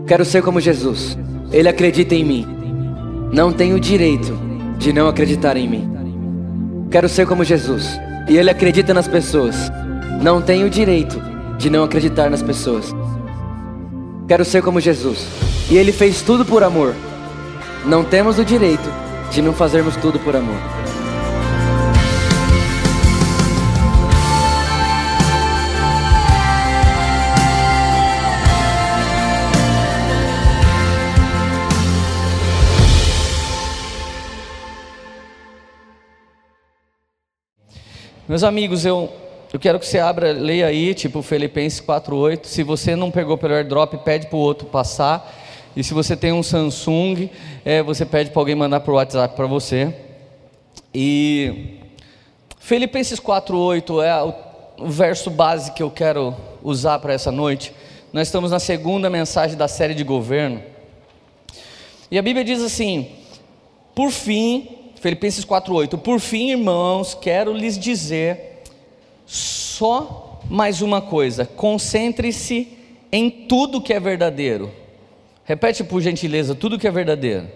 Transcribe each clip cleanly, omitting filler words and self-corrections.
Quero ser como Jesus. Ele acredita em mim. Não tenho direito de não acreditar em mim. Quero ser como Jesus. E Ele acredita nas pessoas. Não tenho direito de não acreditar nas pessoas. Quero ser como Jesus. E Ele fez tudo por amor. Não temos o direito de não fazermos tudo por amor. Meus amigos, eu quero que você abra, leia aí, tipo Filipenses 4:8. Se você não pegou pelo airdrop, pede para o outro passar. E se você tem um Samsung, você pede para alguém mandar por WhatsApp para você. E Filipenses 4:8 é o verso base que eu quero usar para essa noite. Nós estamos na segunda mensagem da série de governo. E a Bíblia diz assim: por fim, Filipenses 4:8, por fim, irmãos, quero lhes dizer só mais uma coisa: concentre-se em tudo que é verdadeiro. Repete por gentileza: tudo que é verdadeiro,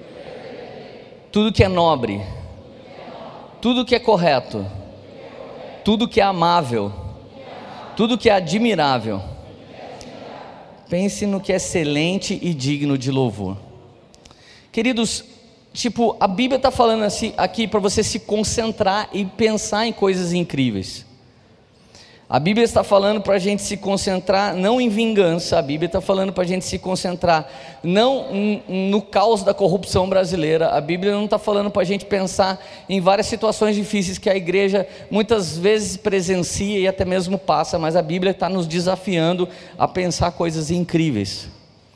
tudo que é nobre, tudo que é correto, tudo que é amável, tudo que é admirável. Pense no que é excelente e digno de louvor. Queridos, a Bíblia está falando assim, aqui para você se concentrar e pensar em coisas incríveis. A Bíblia está falando para a gente se concentrar não em vingança. A Bíblia está falando para a gente se concentrar não no caos da corrupção brasileira. A Bíblia não está falando para a gente pensar em várias situações difíceis que a igreja muitas vezes presencia e até mesmo passa, mas a Bíblia está nos desafiando a pensar coisas incríveis.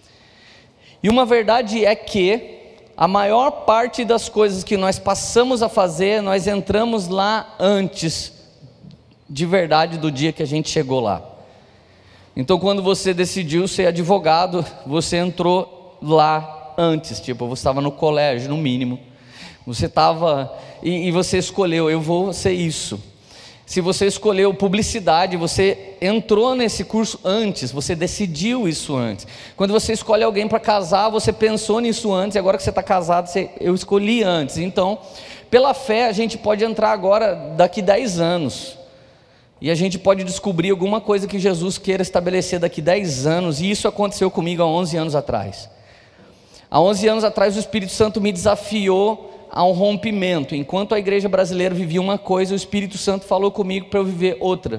E uma verdade é que a maior parte das coisas que nós passamos a fazer, nós entramos lá antes de verdade do dia que a gente chegou lá. Então, quando você decidiu ser advogado, você entrou lá antes. Você estava no colégio, no mínimo. Você estava e você escolheu: eu vou ser isso. Se você escolheu publicidade, você entrou nesse curso antes, você decidiu isso antes. Quando você escolhe alguém para casar, você pensou nisso antes, e agora que você está casado, eu escolhi antes. Então, pela fé, a gente pode entrar agora daqui 10 anos, e a gente pode descobrir alguma coisa que Jesus queira estabelecer daqui 10 anos, e isso aconteceu comigo há 11 anos atrás. Há 11 anos atrás, o Espírito Santo me desafiou a um rompimento. Enquanto a igreja brasileira vivia uma coisa, o Espírito Santo falou comigo para eu viver outra.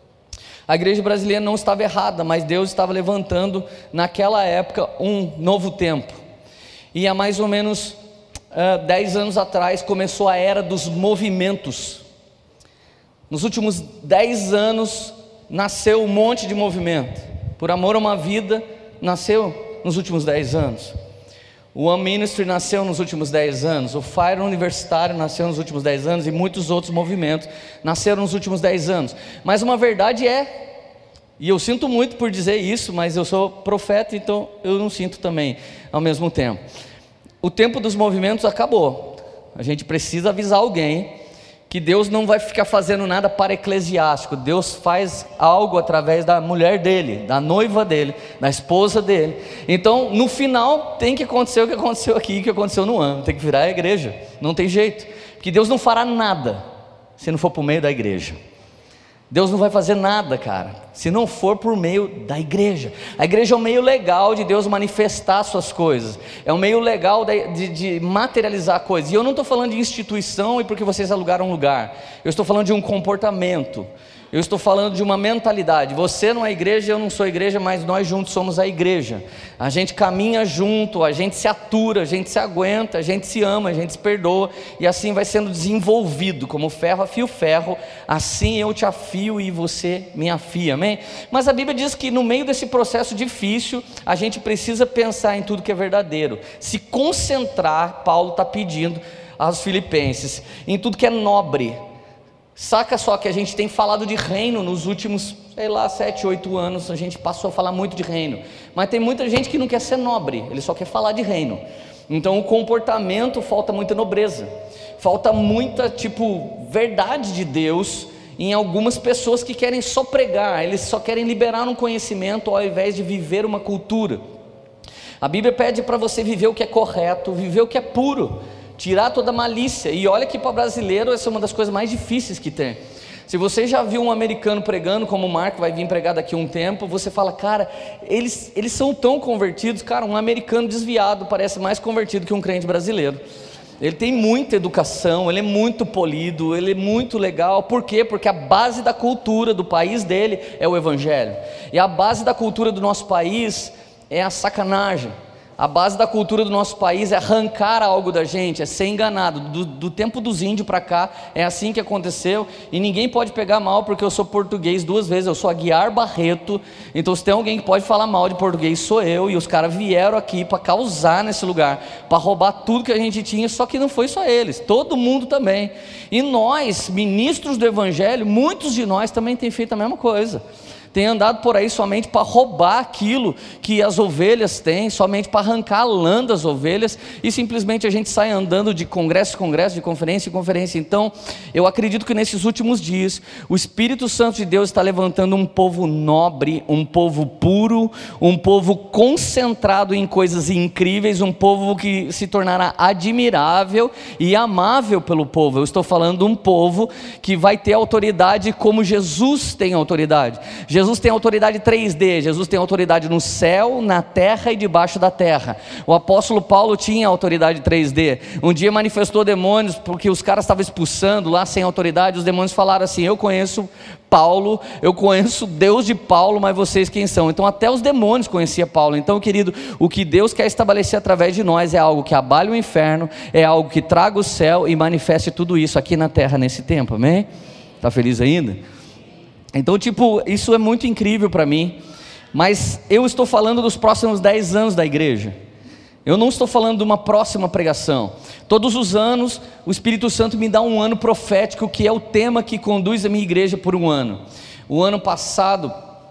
A igreja brasileira não estava errada, mas Deus estava levantando naquela época um novo tempo. E há mais ou menos 10 anos atrás começou a era dos movimentos. Nos últimos 10 anos nasceu um monte de movimento. Por Amor a uma Vida nasceu nos últimos 10 anos. O One Ministry nasceu nos últimos 10 anos, o Fire Universitário nasceu nos últimos 10 anos, e muitos outros movimentos nasceram nos últimos 10 anos. Mas uma verdade e eu sinto muito por dizer isso, mas eu sou profeta, então eu não sinto também ao mesmo tempo. O tempo dos movimentos acabou. A gente precisa avisar alguém que Deus não vai ficar fazendo nada para eclesiástico. Deus faz algo através da mulher dele, da noiva dele, da esposa dele. Então, no final, tem que acontecer o que aconteceu aqui, o que aconteceu no ano. Tem que virar a igreja, não tem jeito. Porque Deus não fará nada se não for por meio da igreja. Deus não vai fazer nada, cara, se não for por meio da igreja. A igreja é um meio legal de Deus manifestar suas coisas. É um meio legal de materializar coisas. E eu não estou falando de instituição e porque vocês alugaram um lugar. Eu estou falando de um comportamento. Eu estou falando de uma mentalidade. Você não é igreja, eu não sou igreja, mas nós juntos somos a igreja. A gente caminha junto, a gente se atura, a gente se aguenta, a gente se ama, a gente se perdoa, e assim vai sendo desenvolvido, como ferro afia o ferro, assim eu te afio e você me afia, amém? Mas a Bíblia diz que no meio desse processo difícil, a gente precisa pensar em tudo que é verdadeiro, se concentrar. Paulo está pedindo aos filipenses, em tudo que é nobre. Saca só que a gente tem falado de reino nos últimos, 7, 8 anos, a gente passou a falar muito de reino, mas tem muita gente que não quer ser nobre, ele só quer falar de reino. Então o comportamento, falta muita nobreza, falta muita verdade de Deus em algumas pessoas que querem só pregar, eles só querem liberar um conhecimento ao invés de viver uma cultura. A Bíblia pede para você viver o que é correto, viver o que é puro, tirar toda a malícia. E olha que para brasileiro essa é uma das coisas mais difíceis que tem. Se você já viu um americano pregando, como o Marco vai vir pregar daqui a um tempo, você fala, cara, eles são tão convertidos. Cara, um americano desviado parece mais convertido que um crente brasileiro. Ele tem muita educação, ele é muito polido, ele é muito legal. Por quê? Porque a base da cultura do país dele é o evangelho. E a base da cultura do nosso país é a sacanagem. A base da cultura do nosso país é arrancar algo da gente, é ser enganado. Do tempo dos índios para cá, é assim que aconteceu. E ninguém pode pegar mal, porque eu sou português 2 vezes, eu sou Aguiar Barreto. Então se tem alguém que pode falar mal de português, sou eu. E os caras vieram aqui para causar nesse lugar, para roubar tudo que a gente tinha. Só que não foi só eles, todo mundo também. E nós, ministros do evangelho, muitos de nós também têm feito a mesma coisa. Tem andado por aí somente para roubar aquilo que as ovelhas têm, somente para arrancar a lã das ovelhas, e simplesmente a gente sai andando de congresso em congresso, de conferência em conferência. Então, eu acredito que nesses últimos dias, o Espírito Santo de Deus está levantando um povo nobre, um povo puro, um povo concentrado em coisas incríveis, um povo que se tornará admirável e amável pelo povo. Eu estou falando de um povo que vai ter autoridade como Jesus tem autoridade. Jesus tem autoridade 3D, Jesus tem autoridade no céu, na terra e debaixo da terra. O apóstolo Paulo tinha autoridade 3D, um dia manifestou demônios, porque os caras estavam expulsando lá sem autoridade. Os demônios falaram assim, eu conheço Paulo, eu conheço Deus de Paulo, mas vocês quem são? Então até os demônios conheciam Paulo. Então, querido, o que Deus quer estabelecer através de nós é algo que abale o inferno, é algo que traga o céu e manifeste tudo isso aqui na terra nesse tempo, amém? Está feliz ainda? Então, isso é muito incrível para mim, mas eu estou falando dos próximos 10 anos da igreja. Eu não estou falando de uma próxima pregação. Todos os anos, o Espírito Santo me dá um ano profético, que é o tema que conduz a minha igreja por um ano. O ano passado,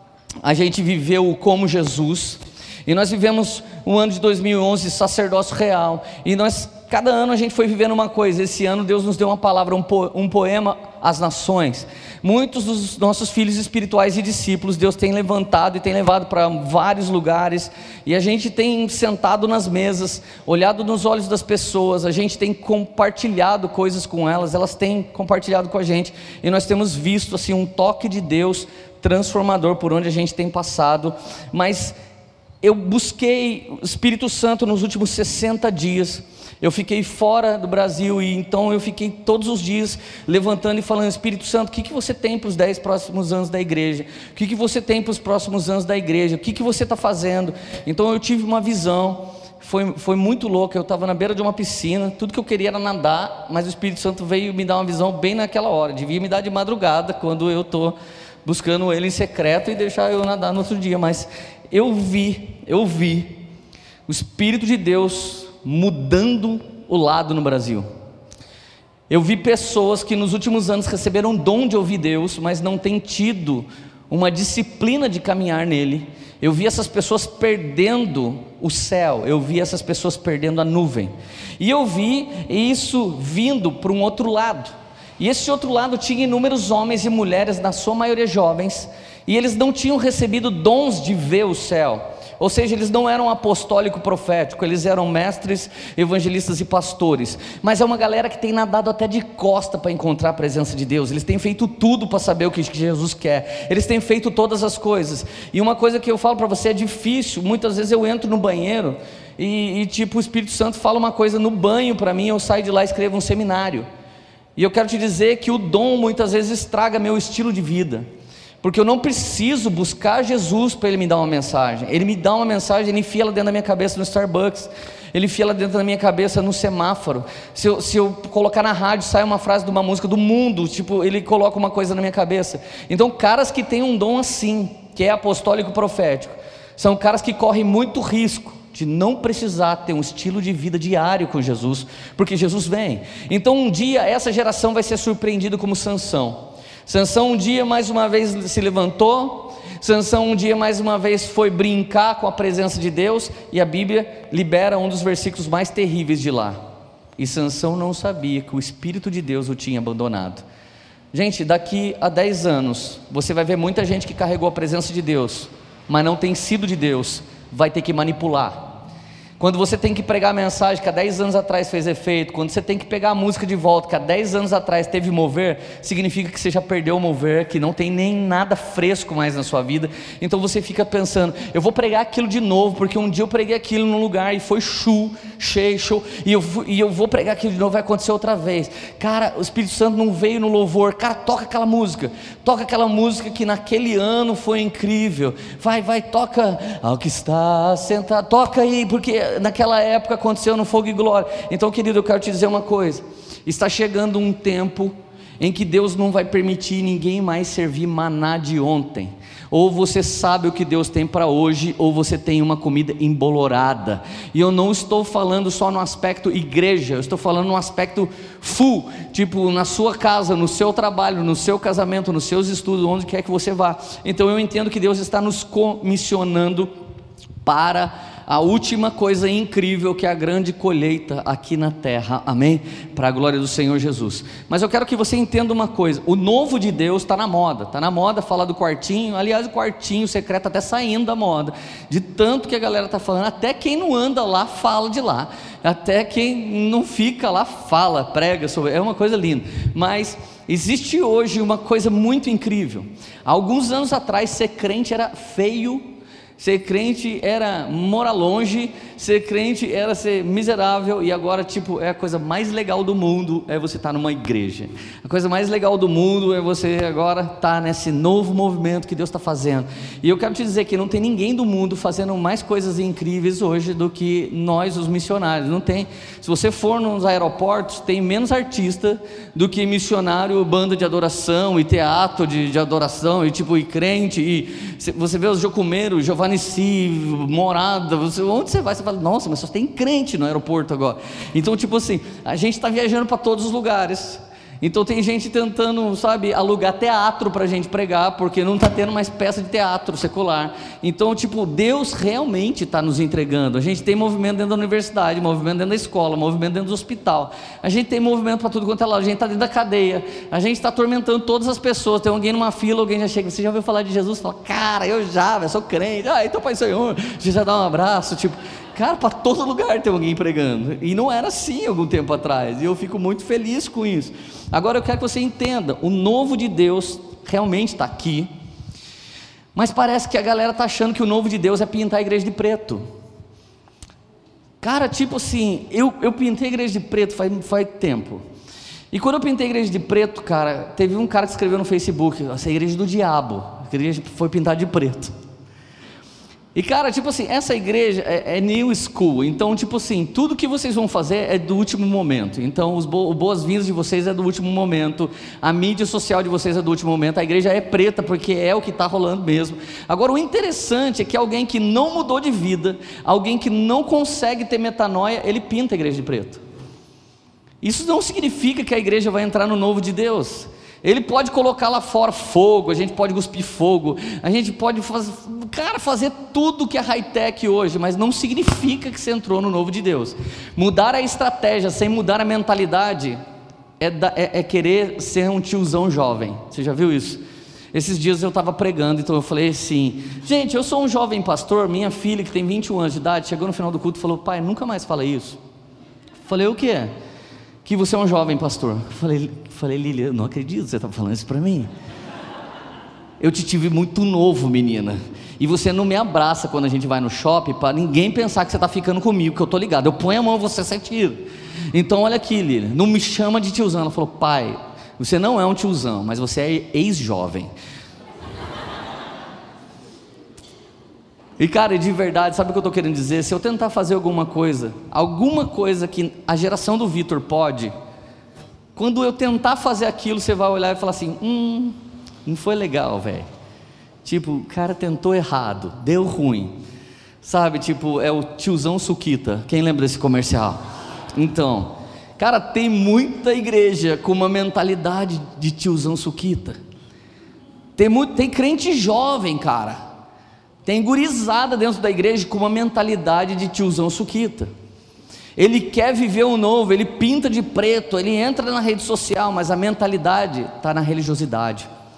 a gente viveu o Como Jesus, e nós vivemos o ano de 2011, sacerdócio real, e cada ano a gente foi vivendo uma coisa. Esse ano Deus nos deu uma palavra, um poema às nações. Muitos dos nossos filhos espirituais e discípulos Deus tem levantado e tem levado para vários lugares, e a gente tem sentado nas mesas, olhado nos olhos das pessoas, a gente tem compartilhado coisas com elas, elas têm compartilhado com a gente, e nós temos visto assim um toque de Deus transformador por onde a gente tem passado. Mas eu busquei o Espírito Santo nos últimos 60 dias, eu fiquei fora do Brasil, e então eu fiquei todos os dias levantando e falando, Espírito Santo, o que você tem para os 10 próximos anos da igreja? O que você tem para os próximos anos da igreja? O que você está fazendo? Então eu tive uma visão, foi muito louca. Eu estava na beira de uma piscina, tudo que eu queria era nadar, mas o Espírito Santo veio me dar uma visão bem naquela hora. Devia me dar de madrugada, quando eu estou buscando Ele em secreto, e deixar eu nadar no outro dia. Mas eu vi o Espírito de Deus mudando o lado no Brasil. Eu vi pessoas que nos últimos anos receberam o dom de ouvir Deus, mas não têm tido uma disciplina de caminhar nele. Eu vi essas pessoas perdendo o céu, eu vi essas pessoas perdendo a nuvem, e eu vi isso vindo para um outro lado, e esse outro lado tinha inúmeros homens e mulheres, na sua maioria jovens, e eles não tinham recebido dons de ver o céu. Ou seja, eles não eram apostólico profético, eles eram mestres, evangelistas e pastores. Mas é uma galera que tem nadado até de costa para encontrar a presença de Deus. Eles têm feito tudo para saber o que Jesus quer. Eles têm feito todas as coisas. E uma coisa que eu falo para você é difícil. Muitas vezes eu entro no banheiro e o Espírito Santo fala uma coisa no banho para mim, eu saio de lá e escrevo um seminário. E eu quero te dizer que o dom muitas vezes estraga meu estilo de vida, porque eu não preciso buscar Jesus para Ele me dar uma mensagem. Ele me dá uma mensagem, Ele enfia ela dentro da minha cabeça no Starbucks, Ele enfia ela dentro da minha cabeça no semáforo. Se eu colocar na rádio, sai uma frase de uma música do mundo, Ele coloca uma coisa na minha cabeça. Então caras que têm um dom assim, que é apostólico profético, são caras que correm muito risco de não precisar ter um estilo de vida diário com Jesus, porque Jesus vem. Então um dia essa geração vai ser surpreendida como Sansão. Sansão um dia mais uma vez se levantou, Sansão um dia mais uma vez foi brincar com a presença de Deus, e a Bíblia libera um dos versículos mais terríveis de lá. E Sansão não sabia que o Espírito de Deus o tinha abandonado. Gente, daqui a 10 anos, você vai ver muita gente que carregou a presença de Deus, mas não tem sido de Deus, vai ter que manipular. Quando você tem que pregar a mensagem que há 10 anos atrás fez efeito, quando você tem que pegar a música de volta que há 10 anos atrás teve mover, significa que você já perdeu o mover, que não tem nem nada fresco mais na sua vida. Então você fica pensando, eu vou pregar aquilo de novo, porque um dia eu preguei aquilo num lugar e foi cheio, e eu vou pregar aquilo de novo, vai acontecer outra vez. Cara, o Espírito Santo não veio no louvor. Cara, toca aquela música que naquele ano foi incrível. Vai, toca ao que está sentado, toca aí, porque naquela época aconteceu no Fogo e Glória. Então, querido, eu quero te dizer uma coisa: está chegando um tempo em que Deus não vai permitir ninguém mais servir maná de ontem. Ou você sabe o que Deus tem para hoje, ou você tem uma comida embolorada. E eu não estou falando só no aspecto igreja, eu estou falando no aspecto full, tipo na sua casa, no seu trabalho, no seu casamento, nos seus estudos, onde quer que você vá. Então eu entendo que Deus está nos comissionando para a última coisa incrível, que é a grande colheita aqui na terra, amém? Para a glória do Senhor Jesus. Mas eu quero que você entenda uma coisa: o novo de Deus está na moda falar do quartinho. Aliás, o quartinho secreto até saindo da moda, de tanto que a galera está falando. Até quem não anda lá fala de lá, até quem não fica lá fala, prega sobre, é uma coisa linda. Mas existe hoje uma coisa muito incrível. Há alguns anos atrás, ser crente era feio, ser crente era morar longe, ser crente era ser miserável. E agora, tipo, é a coisa mais legal do mundo é você estar numa igreja. A coisa mais legal do mundo é você agora estar nesse novo movimento que Deus está fazendo. E eu quero te dizer que não tem ninguém do mundo fazendo mais coisas incríveis hoje do que nós, os missionários. Não tem. Se você for nos aeroportos, tem menos artista do que missionário, banda de adoração e teatro de adoração, e tipo, e crente, e você vê os jocumeiros, Giovanni Si, Morada, onde você vai, você fala, nossa, mas só tem crente no aeroporto agora. Então, tipo assim, a gente está viajando para todos os lugares. Então tem gente tentando, sabe, alugar teatro para a gente pregar, porque não está tendo mais peça de teatro secular. Então, tipo, Deus realmente está nos entregando. A gente tem movimento dentro da universidade, movimento dentro da escola, movimento dentro do hospital. A gente tem movimento para tudo quanto é lado. A gente está dentro da cadeia. A gente está atormentando todas as pessoas. Tem alguém numa fila, alguém já chega, você já ouviu falar de Jesus? Fala, cara, eu sou crente. Então Pai Senhor, a gente já dá um abraço, tipo... Cara, para todo lugar tem alguém pregando. E não era assim algum tempo atrás. E eu fico muito feliz com isso. Agora eu quero que você entenda: o novo de Deus realmente está aqui. Mas parece que a galera está achando que o novo de Deus é pintar a igreja de preto. Cara, tipo assim, eu pintei a igreja de preto faz tempo. E quando eu pintei a igreja de preto, cara, teve um cara que escreveu no Facebook: essa é a igreja do diabo. A igreja foi pintada de preto. E cara, tipo assim, essa igreja é new school. Então tipo assim, tudo que vocês vão fazer é do último momento. Então os boas-vindas de vocês é do último momento, a mídia social de vocês é do último momento. A igreja é preta porque é o que está rolando mesmo. Agora o interessante é que alguém que não mudou de vida, alguém que não consegue ter metanoia, ele pinta a igreja de preto. Isso não significa que a igreja vai entrar no novo de Deus. Ele pode colocar lá fora fogo, a gente pode cuspir fogo, a gente pode fazer tudo que é high-tech hoje, mas não significa que você entrou no novo de Deus. Mudar a estratégia sem mudar a mentalidade é querer ser um tiozão jovem. Você já viu isso? Esses dias eu estava pregando, então eu falei assim: gente, eu sou um jovem pastor. Minha filha, que tem 21 anos de idade, chegou no final do culto e falou: pai, nunca mais fala isso. Eu falei: o que é? Que você é um jovem pastor. Eu falei, Lília, eu não acredito que você está falando isso para mim. Eu te tive muito novo, menina. E você não me abraça quando a gente vai no shopping, para ninguém pensar que você está ficando comigo, que eu estou ligado. Eu ponho a mão, você sai tiro. Então olha aqui, Lília, não me chama de tiozão. Ela falou: pai, você não é um tiozão, mas você é ex-jovem. E cara, de verdade, sabe o que eu estou querendo dizer? Se eu tentar fazer alguma coisa que a geração do Vitor pode, quando eu tentar fazer aquilo, você vai olhar e falar assim: não foi legal, velho. Tipo, o cara tentou errado, deu ruim. Sabe, tipo, é o tiozão Suquita. Quem lembra desse comercial? Então, cara, tem muita igreja com uma mentalidade de tiozão Suquita. Tem crente jovem, cara. Tem gurizada dentro da igreja com uma mentalidade de tiozão Suquita. Ele quer viver o novo, ele pinta de preto, ele entra na rede social, mas a mentalidade está na religiosidade.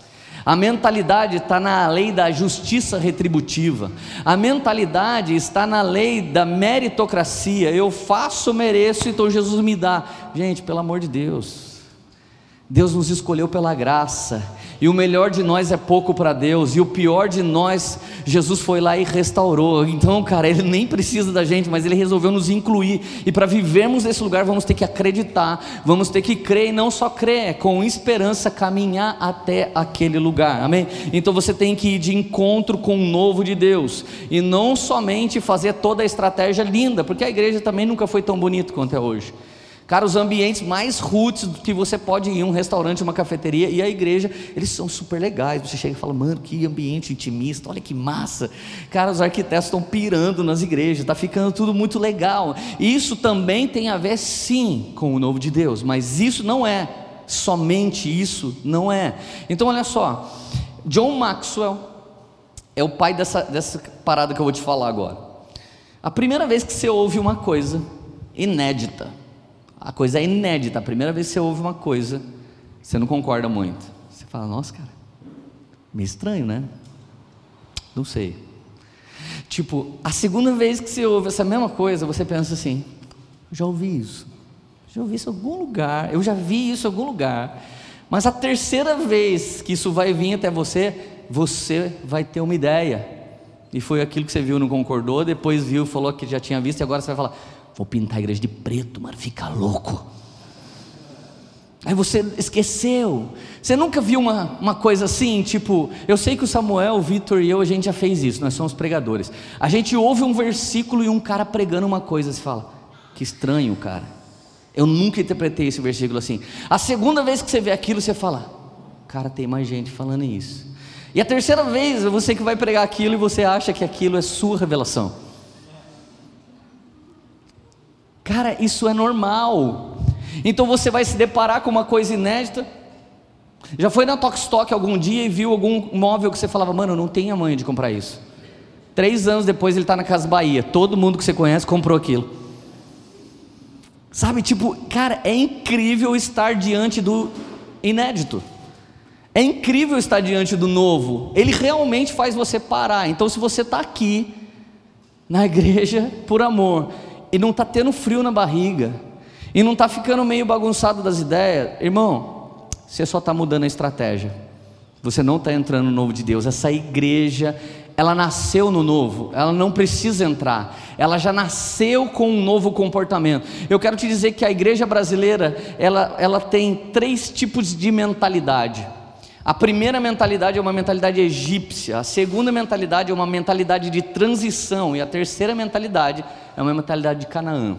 A mentalidade está na lei da justiça retributiva. A mentalidade está na lei da meritocracia. Eu faço, mereço, então Jesus me dá. Gente, pelo amor de Deus, Deus nos escolheu pela graça, e o melhor de nós é pouco para Deus, e o pior de nós, Jesus foi lá e restaurou. Então, cara, Ele nem precisa da gente, mas Ele resolveu nos incluir, e para vivermos nesse lugar, vamos ter que acreditar, vamos ter que crer, e não só crer, com esperança caminhar até aquele lugar, amém? Então você tem que ir de encontro com o novo de Deus, e não somente fazer toda a estratégia linda, porque a igreja também nunca foi tão bonita quanto é hoje. Cara, os ambientes mais roots que você pode ir, um restaurante, uma cafeteria e a igreja, eles são super legais. Você chega e fala, mano, que ambiente intimista, olha que massa. Cara, os arquitetos estão pirando nas igrejas, está ficando tudo muito legal. E isso também tem a ver, sim, com o novo de Deus, mas isso não é somente isso, não é. Então olha só, John Maxwell é o pai dessa parada que eu vou te falar agora. A primeira vez que você ouve uma coisa inédita, a coisa é inédita, a primeira vez que você ouve uma coisa, você não concorda muito, você fala, nossa cara, meio estranho, né? Não sei. Tipo, a segunda vez que você ouve essa mesma coisa, você pensa assim, já ouvi isso em algum lugar, eu já vi isso em algum lugar. Mas a terceira vez que isso vai vir até você, você vai ter uma ideia, e foi aquilo que você viu, não concordou, depois viu, falou que já tinha visto, e agora você vai falar, vou pintar a igreja de preto, mano, fica louco. Aí você esqueceu. Você nunca viu uma coisa assim, tipo, eu sei que o Samuel, o Vitor e eu, a gente já fez isso, nós somos pregadores. A gente ouve um versículo e um cara pregando uma coisa, você fala, que estranho, cara, eu nunca interpretei esse versículo assim. A segunda vez que você vê aquilo, você fala, cara, tem mais gente falando isso. E a terceira vez, é você que vai pregar aquilo e você acha que aquilo é sua revelação. Cara, isso é normal. Então você vai se deparar com uma coisa inédita. Já foi na Tokstok algum dia e viu algum móvel que você falava, mano, eu não tenho a manha de comprar isso. 3 anos depois ele está na Casa Bahia, todo mundo que você conhece comprou aquilo. Sabe, tipo, cara, é incrível estar diante do inédito. É incrível estar diante do novo. Ele realmente faz você parar. Então se você está aqui na igreja por amor e não está tendo frio na barriga, e não está ficando meio bagunçado das ideias, irmão, você só está mudando a estratégia, você não está entrando no novo de Deus. Essa igreja, ela nasceu no novo, ela não precisa entrar, ela já nasceu com um novo comportamento. Eu quero te dizer que a igreja brasileira, ela tem 3 tipos de mentalidade. A primeira mentalidade é uma mentalidade egípcia, a segunda mentalidade é uma mentalidade de transição, e a terceira mentalidade é uma mentalidade de Canaã.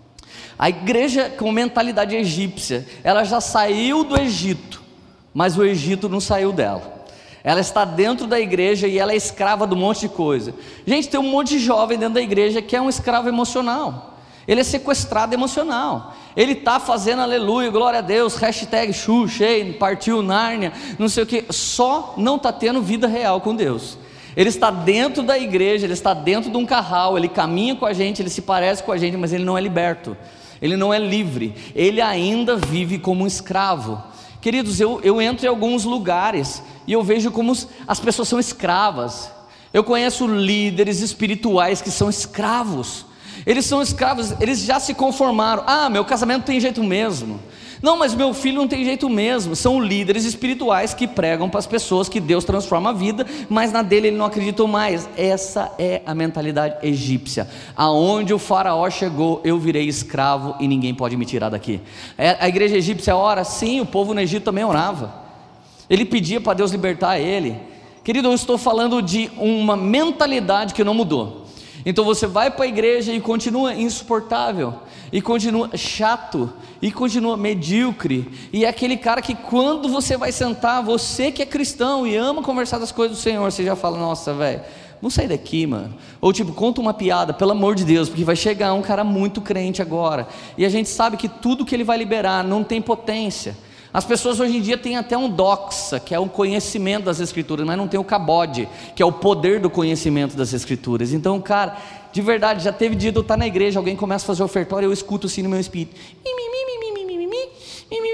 A igreja com mentalidade egípcia, ela já saiu do Egito, mas o Egito não saiu dela. Ela está dentro da igreja e ela é escrava de um monte de coisa. Gente, tem um monte de jovem dentro da igreja que é um escravo emocional. Ele é sequestrado emocional. Ele está fazendo aleluia, glória a Deus, hashtag Xuxa, partiu Nárnia, não sei o que, só não está tendo vida real com Deus. Ele está dentro da igreja, ele está dentro de um carral, ele caminha com a gente, ele se parece com a gente, mas ele não é liberto, ele não é livre, ele ainda vive como um escravo. Queridos, eu entro em alguns lugares e eu vejo como as pessoas são escravas. Eu conheço líderes espirituais que são escravos. Eles são escravos, eles já se conformaram. Ah, meu casamento tem jeito mesmo. Não, mas meu filho não tem jeito mesmo. São líderes espirituais que pregam para as pessoas que Deus transforma a vida, mas na dele ele não acreditou mais. Essa é a mentalidade egípcia. Aonde o faraó chegou, eu virei escravo e ninguém pode me tirar daqui. A igreja egípcia ora? Sim, o povo no Egito também orava. Ele pedia para Deus libertar ele. Querido, eu estou falando de uma mentalidade que não mudou. Então você vai para a igreja e continua insuportável, e continua chato, e continua medíocre, e é aquele cara que quando você vai sentar, você que é cristão e ama conversar das coisas do Senhor, você já fala, nossa velho, vamos sair daqui, mano. Ou tipo, conta uma piada, pelo amor de Deus, porque vai chegar um cara muito crente agora, e a gente sabe que tudo que ele vai liberar não tem potência. As pessoas hoje em dia têm até um doxa, que é um conhecimento das escrituras, mas não tem o cabode, que é o poder do conhecimento das escrituras. Então, cara, de verdade, já teve dia de eu estar na igreja, alguém começa a fazer ofertório, eu escuto assim no meu espírito,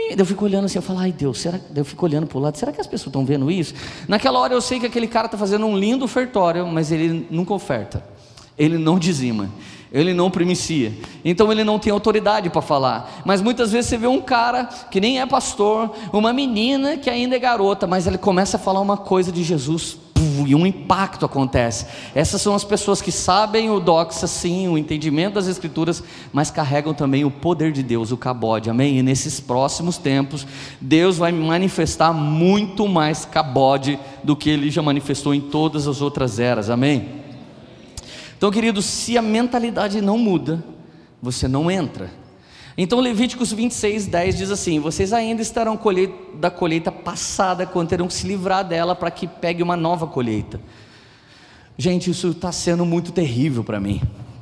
Eu fico olhando assim, eu falo, ai Deus, será? Eu fico olhando para o lado, será que as pessoas estão vendo isso? Naquela hora eu sei que aquele cara está fazendo um lindo ofertório, mas ele nunca oferta, ele não dizima, ele não primicia, então ele não tem autoridade para falar. Mas muitas vezes você vê um cara que nem é pastor, uma menina que ainda é garota, mas ele começa a falar uma coisa de Jesus, e um impacto acontece. Essas são as pessoas que sabem o doxa, sim, o entendimento das escrituras, mas carregam também o poder de Deus, o cabode, amém? E nesses próximos tempos, Deus vai manifestar muito mais cabode do que Ele já manifestou em todas as outras eras, amém? Então, queridos, se a mentalidade não muda, você não entra. Então Levíticos 26:10 diz assim: vocês ainda estarão da colheita passada, quando terão que se livrar dela para que pegue uma nova colheita. Gente, isso está sendo muito terrível para mim.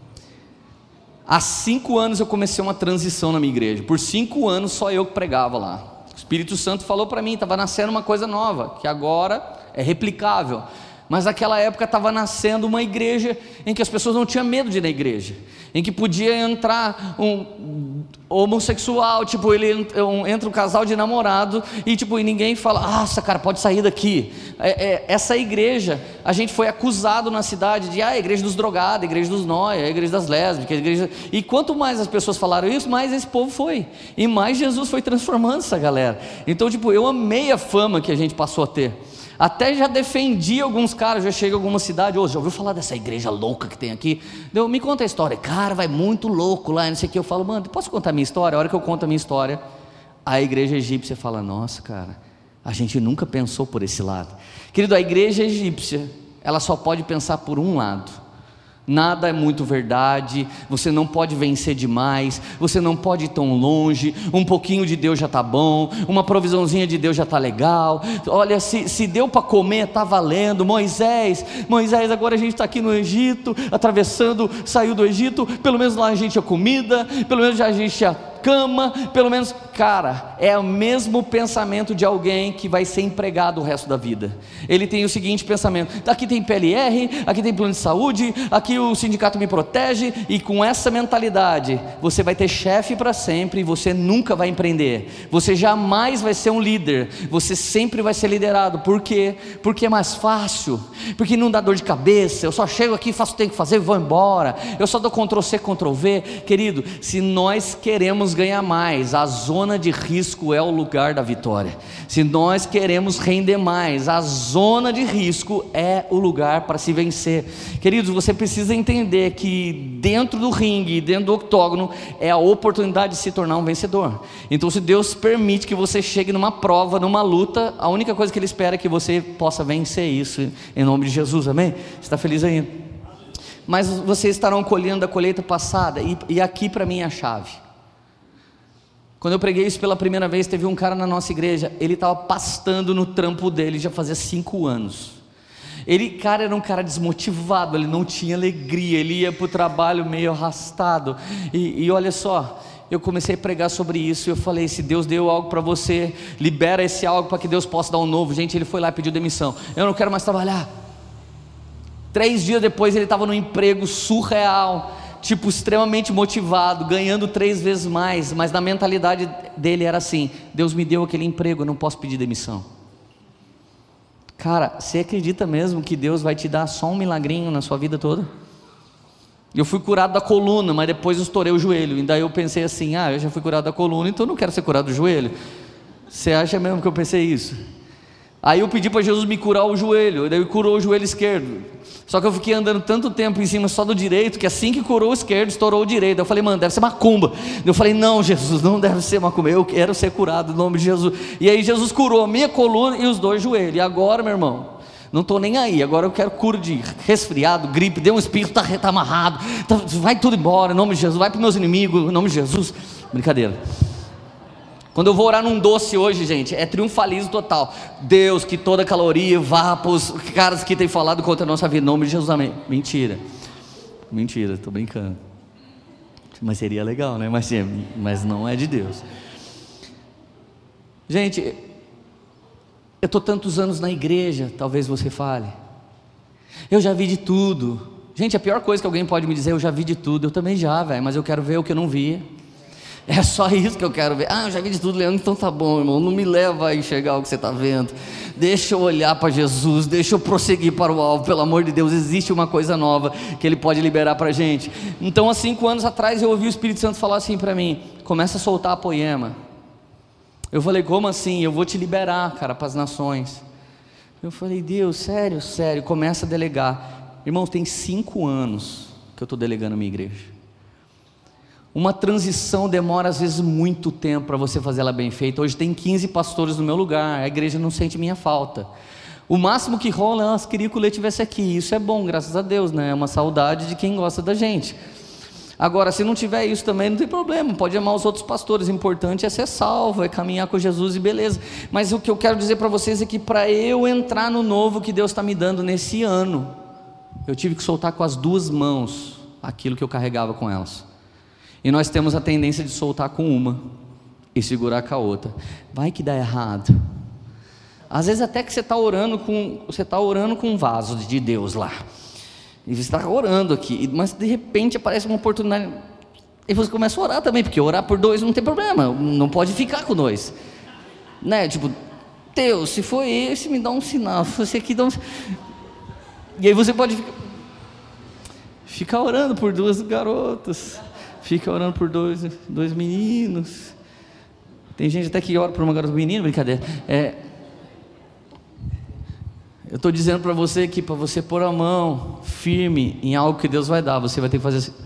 Há 5 anos eu comecei uma transição na minha igreja. Por 5 anos só eu que pregava lá. O Espírito Santo falou para mim, estava nascendo uma coisa nova, que agora é replicável. Mas naquela época estava nascendo uma igreja em que as pessoas não tinham medo de ir na igreja, em que podia entrar um homossexual, tipo, entra um casal de namorado e tipo, e ninguém fala, nossa cara, pode sair daqui. Essa igreja, a gente foi acusado na cidade de a igreja dos drogados, a igreja dos nóia, a igreja das lésbicas, a igreja... E quanto mais as pessoas falaram isso, mais esse povo foi, e mais Jesus foi transformando essa galera. Então tipo, eu amei a fama que a gente passou a ter. Até já defendi alguns caras, já cheguei a alguma cidade, já ouviu falar dessa igreja louca que tem aqui? Me conta a história. Cara, vai muito louco lá, não sei o que. Eu falo, mano, posso contar a minha história? A hora que eu conto a minha história, a igreja egípcia fala, nossa cara, a gente nunca pensou por esse lado. Querido, a igreja egípcia, ela só pode pensar por um lado. Nada é muito verdade, você não pode vencer demais, você não pode ir tão longe, um pouquinho de Deus já está bom, uma provisãozinha de Deus já está legal. Olha, se deu para comer, está valendo. Moisés, agora a gente está aqui no Egito, atravessando, saiu do Egito, pelo menos lá a gente tinha comida, pelo menos já a gente tinha cama, pelo menos, cara, é o mesmo pensamento de alguém que vai ser empregado o resto da vida. Ele tem o seguinte pensamento: aqui tem PLR, aqui tem plano de saúde, aqui o sindicato me protege, e com essa mentalidade, você vai ter chefe para sempre, e você nunca vai empreender, você jamais vai ser um líder, você sempre vai ser liderado. Por quê? Porque é mais fácil, porque não dá dor de cabeça, eu só chego aqui, faço o que tenho que fazer e vou embora, eu só dou Ctrl+C, Ctrl+V. Querido, se nós queremos ganhar mais, a zona de risco é o lugar da vitória. Se nós queremos render mais, a zona de risco é o lugar para se vencer. Queridos, você precisa entender que dentro do ringue, dentro do octógono, é a oportunidade de se tornar um vencedor. Então, se Deus permite que você chegue numa prova, numa luta, a única coisa que Ele espera é que você possa vencer isso, em nome de Jesus, amém? Você está feliz ainda? Mas vocês estarão colhendo a colheita passada, e aqui para mim é a chave. Quando eu preguei isso pela primeira vez, teve um cara na nossa igreja, ele estava pastando no trampo dele, já fazia 5 anos. Cara, era um cara desmotivado, ele não tinha alegria, ele ia para o trabalho meio arrastado, e olha só, eu comecei a pregar sobre isso, e eu falei, se Deus deu algo para você, libera esse algo para que Deus possa dar um novo. Gente, ele foi lá e pediu demissão, eu não quero mais trabalhar. 3 dias depois ele estava num emprego surreal, tipo, extremamente motivado, ganhando 3 vezes mais, mas na mentalidade dele era assim: Deus me deu aquele emprego, eu não posso pedir demissão. Cara, você acredita mesmo que Deus vai te dar só um milagrinho na sua vida toda? Eu fui curado da coluna, mas depois eu estourei o joelho, e daí eu pensei assim, eu já fui curado da coluna, então eu não quero ser curado do joelho. Você acha mesmo que eu pensei isso? Aí eu pedi para Jesus me curar o joelho, daí ele curou o joelho esquerdo. Só que eu fiquei andando tanto tempo em cima só do direito, que assim que curou o esquerdo, estourou o direito. Eu falei, mano, deve ser macumba. Eu falei, não, Jesus, não deve ser macumba, eu quero ser curado no nome de Jesus. E aí Jesus curou a minha coluna e os 2 joelhos. E agora, meu irmão, não estou nem aí, agora eu quero cura de resfriado, gripe, deu um espírito, está amarrado, vai tudo embora, em nome de Jesus, vai para os meus inimigos, em nome de Jesus. Brincadeira. Quando eu vou orar num doce hoje, gente, é triunfalismo total. Deus, que toda caloria vá para os caras que têm falado contra a nossa vida, em nome de Jesus, amém. Mentira, estou brincando. Mas seria legal, né? Mas não é de Deus. Gente, eu estou tantos anos na igreja, talvez você fale, eu já vi de tudo. Gente, a pior coisa que alguém pode me dizer, eu já vi de tudo. Eu também já, velho, mas eu quero ver o que eu não vi. É só isso que eu quero ver. Eu já vi de tudo, Leandro, então tá bom, irmão, não me leva a enxergar o que você está vendo. Deixa eu olhar para Jesus, deixa eu prosseguir para o alvo, pelo amor de Deus, existe uma coisa nova que Ele pode liberar para a gente. Então, há 5 anos atrás, eu ouvi o Espírito Santo falar assim para mim: começa a soltar a poema. Eu falei: como assim? Eu vou te liberar, cara, para as nações. Eu falei: Deus, sério, começa a delegar. Irmãos, tem 5 anos que eu estou delegando a minha igreja. Uma transição demora às vezes muito tempo para você fazer ela bem feita. Hoje tem 15 pastores no meu lugar, a igreja não sente minha falta. O máximo que rola é: queria que o Lê estivesse aqui. Isso é bom, graças a Deus, né? É uma saudade de quem gosta da gente. Agora, se não tiver isso também, não tem problema, pode amar os outros pastores. O importante é ser salvo, é caminhar com Jesus e beleza. Mas o que eu quero dizer para vocês é que para eu entrar no novo que Deus está me dando nesse ano, eu tive que soltar com as 2 mãos aquilo que eu carregava com elas. E nós temos a tendência de soltar com uma e segurar com a outra. Vai que dá errado. Às vezes até que você está orando com um vaso de Deus lá. E você está orando aqui, mas de repente aparece uma oportunidade. E você começa a orar também, porque orar por 2 não tem problema, não pode ficar com 2. Né? Tipo, Deus, se for esse, me dá um sinal. Se fosse aqui, dá um... E aí você pode ficar orando por 2 garotas. Fica orando por 2 meninos. Tem gente até que ora por uma garota menina, brincadeira. Eu estou dizendo para você que para você pôr a mão firme em algo que Deus vai dar, você vai ter que fazer assim.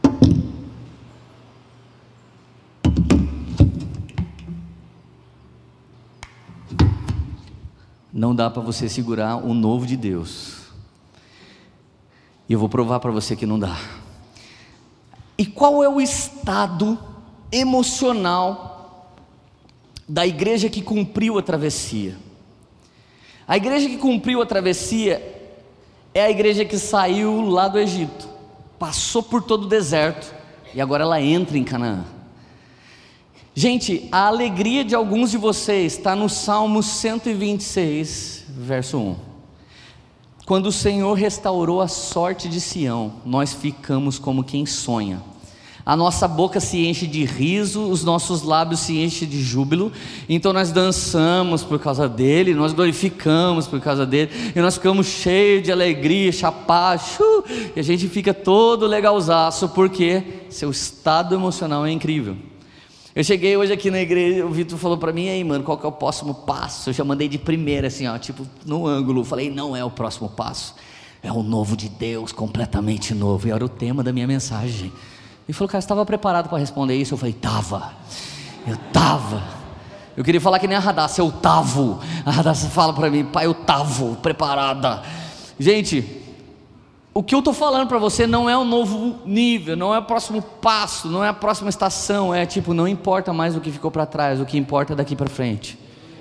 Não dá para você segurar o novo de Deus. E eu vou provar para você que não dá. E qual é o estado emocional da igreja que cumpriu a travessia? A igreja que cumpriu a travessia é a igreja que saiu lá do Egito, passou por todo o deserto e agora ela entra em Canaã. Gente, a alegria de alguns de vocês está no Salmo 126, verso 1. Quando o Senhor restaurou a sorte de Sião, nós ficamos como quem sonha. A nossa boca se enche de riso, os nossos lábios se enchem de júbilo. Então nós dançamos por causa dele, nós glorificamos por causa dele, e nós ficamos cheios de alegria, chapacho, e a gente fica todo legalzaço, porque seu estado emocional é incrível. Eu cheguei hoje aqui na igreja, o Vitor falou para mim: e aí, mano, qual que é o próximo passo? Eu já mandei de primeira assim, ó, tipo no ângulo. Eu falei: não é o próximo passo, é o novo de Deus, completamente novo. E era o tema da minha mensagem. Ele falou: cara, você estava preparado para responder isso? Eu falei: eu estava. Eu queria falar que nem a Radassa, eu tava. A Radassa fala para mim: pai, eu tava preparada. Gente, o que eu estou falando para você não é um novo nível, não é o próximo passo, não é a próxima estação. É tipo, não importa mais o que ficou para trás, o que importa é daqui para frente.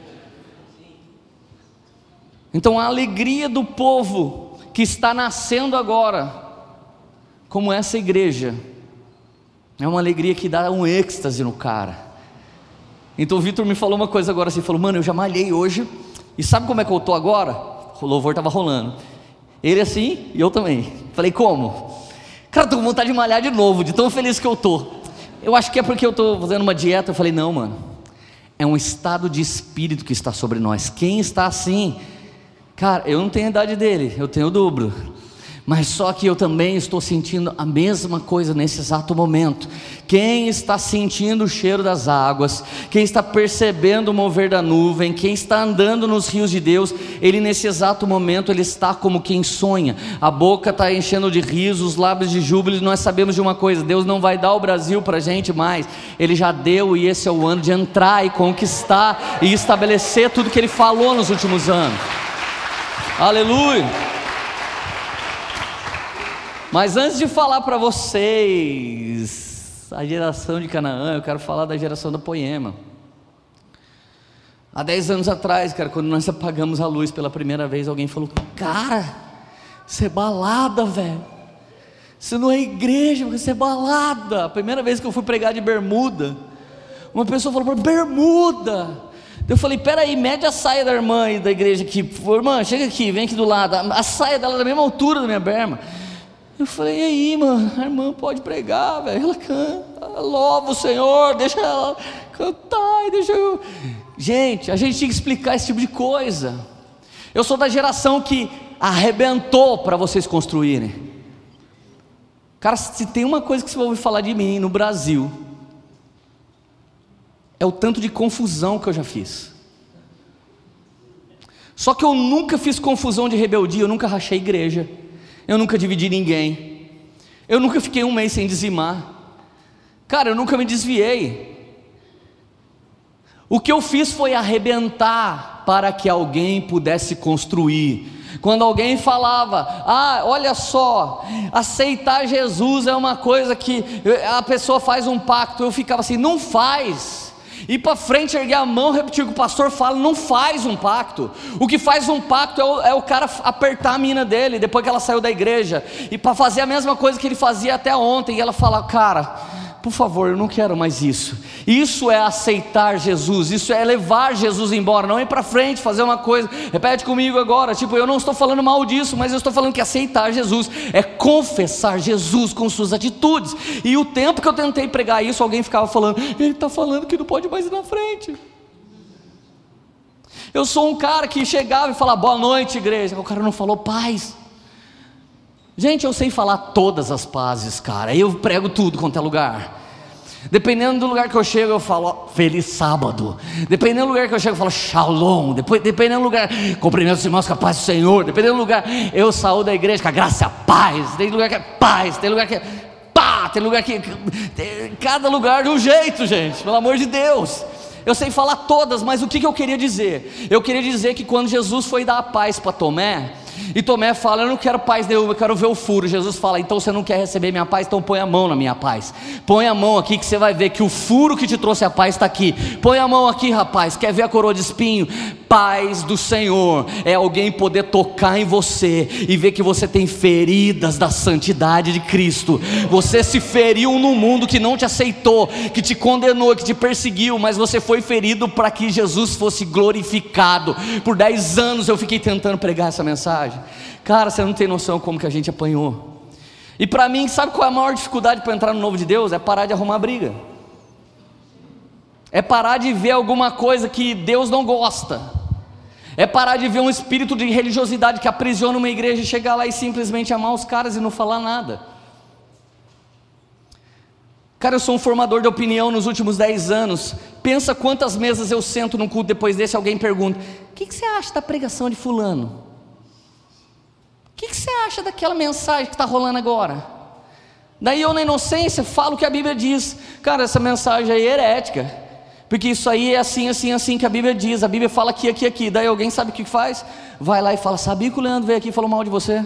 Então a alegria do povo que está nascendo agora, como essa igreja, é uma alegria que dá um êxtase no cara. Então o Vitor me falou uma coisa agora assim, falou: mano, eu já malhei hoje, e sabe como é que eu estou agora? O louvor estava rolando, ele assim, e eu também. Falei: como? Cara, estou com vontade de malhar de novo, de tão feliz que eu estou. Eu acho que é porque eu estou fazendo uma dieta. Eu falei: não, mano, é um estado de espírito que está sobre nós. Quem está assim, cara, eu não tenho a idade dele, eu tenho o dobro, mas só que eu também estou sentindo a mesma coisa nesse exato momento. Quem está sentindo o cheiro das águas, quem está percebendo o mover da nuvem, quem está andando nos rios de Deus, ele nesse exato momento, ele está como quem sonha. A boca está enchendo de riso, os lábios de júbilo. E nós sabemos de uma coisa: Deus não vai dar o Brasil para a gente mais, Ele já deu, e esse é o ano de entrar e conquistar e estabelecer tudo que Ele falou nos últimos anos. Aleluia! Mas antes de falar para vocês a geração de Canaã, eu quero falar da geração da poema. Há 10 anos atrás, cara, quando nós apagamos a luz pela primeira vez, alguém falou: cara, isso é balada, velho. Isso não é igreja, isso é balada. A primeira vez que eu fui pregar de bermuda, uma pessoa falou: bermuda. Eu falei: peraí, mede a saia da irmã aí da igreja aqui. Irmã, chega aqui, vem aqui do lado. A saia dela é da mesma altura da minha berma. Eu falei: e aí, mano, a irmã pode pregar, velho, ela canta. louva o Senhor, deixa ela cantar, deixa eu... Gente, a gente tinha que explicar esse tipo de coisa. Eu sou da geração que arrebentou para vocês construírem. Cara, se tem uma coisa que você vai ouvir falar de mim no Brasil, é o tanto de confusão que eu já fiz. Só que eu nunca fiz confusão de rebeldia, eu nunca rachei igreja, eu nunca dividi ninguém, eu nunca fiquei um mês sem dizimar. Cara, eu nunca me desviei. O que eu fiz foi arrebentar para que alguém pudesse construir. Quando alguém falava, olha só, aceitar Jesus é uma coisa que a pessoa faz um pacto, eu ficava assim, não faz. Ir para frente, erguer a mão, repetir o que o pastor fala, não faz um pacto. O que faz um pacto é o cara apertar a mina dele, depois que ela saiu da igreja, e para fazer a mesma coisa que ele fazia até ontem, e ela fala, cara, por favor, eu não quero mais isso. Isso é aceitar Jesus, isso é levar Jesus embora, não ir para frente, fazer uma coisa. Repete comigo agora, eu não estou falando mal disso, mas eu estou falando que aceitar Jesus é confessar Jesus com suas atitudes. E o tempo que eu tentei pregar isso, alguém ficava falando, ele está falando que não pode mais ir na frente. Eu sou um cara que chegava e falava, boa noite, igreja. O cara não falou paz. Gente, eu sei falar todas as pazes, cara. Eu prego tudo quanto é lugar. Dependendo do lugar que eu chego, eu falo feliz sábado. Dependendo do lugar que eu chego, eu falo shalom. Dependendo do lugar, cumprimento os irmãos com a paz do Senhor. Dependendo do lugar, eu saúdo a igreja com a graça e a paz. Tem lugar que é paz, tem lugar que é pá, tem lugar que... Cada lugar de um jeito, gente, pelo amor de Deus. Eu sei falar todas, mas o que eu queria dizer? Eu queria dizer que quando Jesus foi dar a paz para Tomé, e Tomé fala, eu não quero paz nenhuma, eu quero ver o furo. Jesus fala, então você não quer receber minha paz, então põe a mão na minha paz. Põe a mão aqui que você vai ver que o furo que te trouxe a paz está aqui. Põe a mão aqui, rapaz, quer ver a coroa de espinho? Paz do Senhor é alguém poder tocar em você e ver que você tem feridas da santidade de Cristo. Você se feriu no mundo que não te aceitou, que te condenou, que te perseguiu, mas você foi ferido para que Jesus fosse glorificado. Por 10 anos eu fiquei tentando pregar essa mensagem. Cara, você não tem noção como que a gente apanhou. E para mim, sabe qual é a maior dificuldade para entrar no novo de Deus? É parar de arrumar briga. É parar de ver alguma coisa que Deus não gosta. É parar de ver um espírito de religiosidade que aprisiona uma igreja e chegar lá e simplesmente amar os caras e não falar nada. Cara, eu sou um formador de opinião nos últimos 10 anos. Pensa quantas mesas eu sento num culto depois desse, alguém pergunta, o que você acha da pregação de fulano? O que você acha daquela mensagem que está rolando agora? Daí eu, na inocência, falo o que a Bíblia diz. Cara, essa mensagem aí é herética, porque isso aí é assim, assim, assim que a Bíblia diz. A Bíblia fala aqui, aqui, aqui. Daí alguém sabe o que faz? Vai lá e fala, sabia que o Leandro veio aqui e falou mal de você?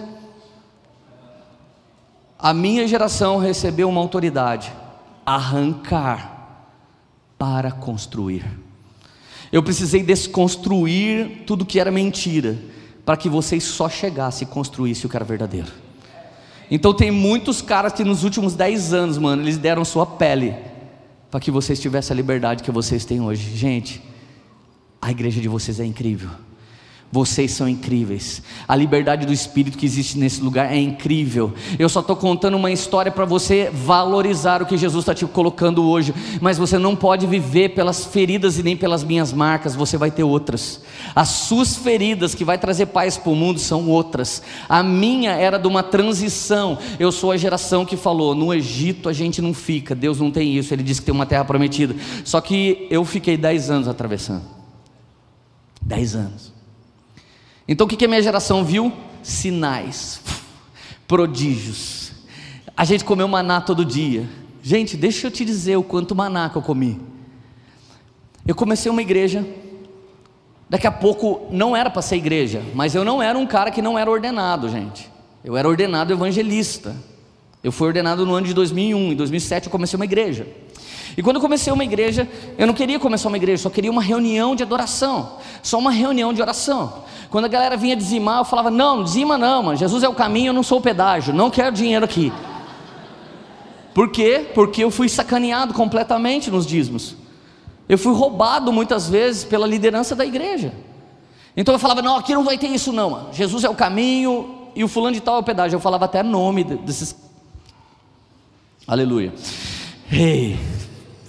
A minha geração recebeu uma autoridade: arrancar para construir. Eu precisei desconstruir tudo que era mentira, para que vocês só chegassem e construíssem o que era verdadeiro. Então tem muitos caras que nos últimos 10 anos, mano, eles deram sua pele para que vocês tivessem a liberdade que vocês têm hoje. Gente, a igreja de vocês é incrível. Vocês são incríveis. A liberdade do Espírito que existe nesse lugar é incrível. Eu só estou contando uma história para você valorizar o que Jesus está te colocando hoje. Mas você não pode viver pelas feridas e nem pelas minhas marcas. Você vai ter outras. As suas feridas que vai trazer paz para o mundo são outras. A minha era de uma transição. Eu sou a geração que falou, no Egito a gente não fica, Deus não tem isso, Ele disse que tem uma terra prometida. Só que eu fiquei 10 anos atravessando. 10 anos. Então o que a minha geração viu? Sinais, prodígios. A gente comeu maná todo dia. Gente, deixa eu te dizer o quanto maná que eu comi. Eu comecei uma igreja. Daqui a pouco não era para ser igreja, mas eu não era um cara que não era ordenado, gente. Eu era ordenado evangelista. Eu fui ordenado no ano de 2001. Em 2007 eu comecei uma igreja. E quando eu comecei uma igreja, eu não queria começar uma igreja, só queria uma reunião de adoração. Só uma reunião de oração. Quando a galera vinha dizimar, eu falava, não dizima não, mano. Jesus é o caminho, eu não sou o pedágio, não quero dinheiro aqui. Por quê? Porque eu fui sacaneado completamente nos dízimos. Eu fui roubado muitas vezes pela liderança da igreja. Então eu falava, não, aqui não vai ter isso não, mano. Jesus é o caminho e o fulano de tal é o pedágio. Eu falava até nome desses... Aleluia. Ei...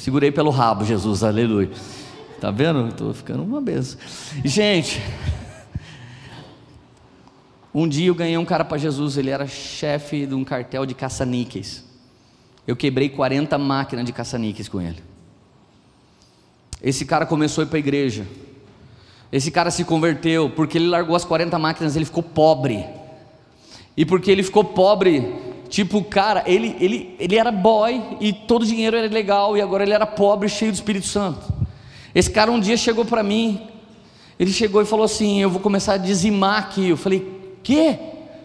Segurei pelo rabo, Jesus, aleluia. Tá vendo? Estou ficando uma benção. Gente, um dia eu ganhei um cara para Jesus, ele era chefe de um cartel de caça-níqueis. Eu quebrei 40 máquinas de caça-níqueis com ele. Esse cara começou a ir para a igreja. Esse cara se converteu, porque ele largou as 40 máquinas, ele ficou pobre. E porque ele ficou pobre, tipo, cara, ele era boy e todo o dinheiro era legal, e agora ele era pobre, cheio do Espírito Santo. Esse cara um dia chegou para mim, ele chegou e falou assim: eu vou começar a dizimar aqui. Eu falei: quê?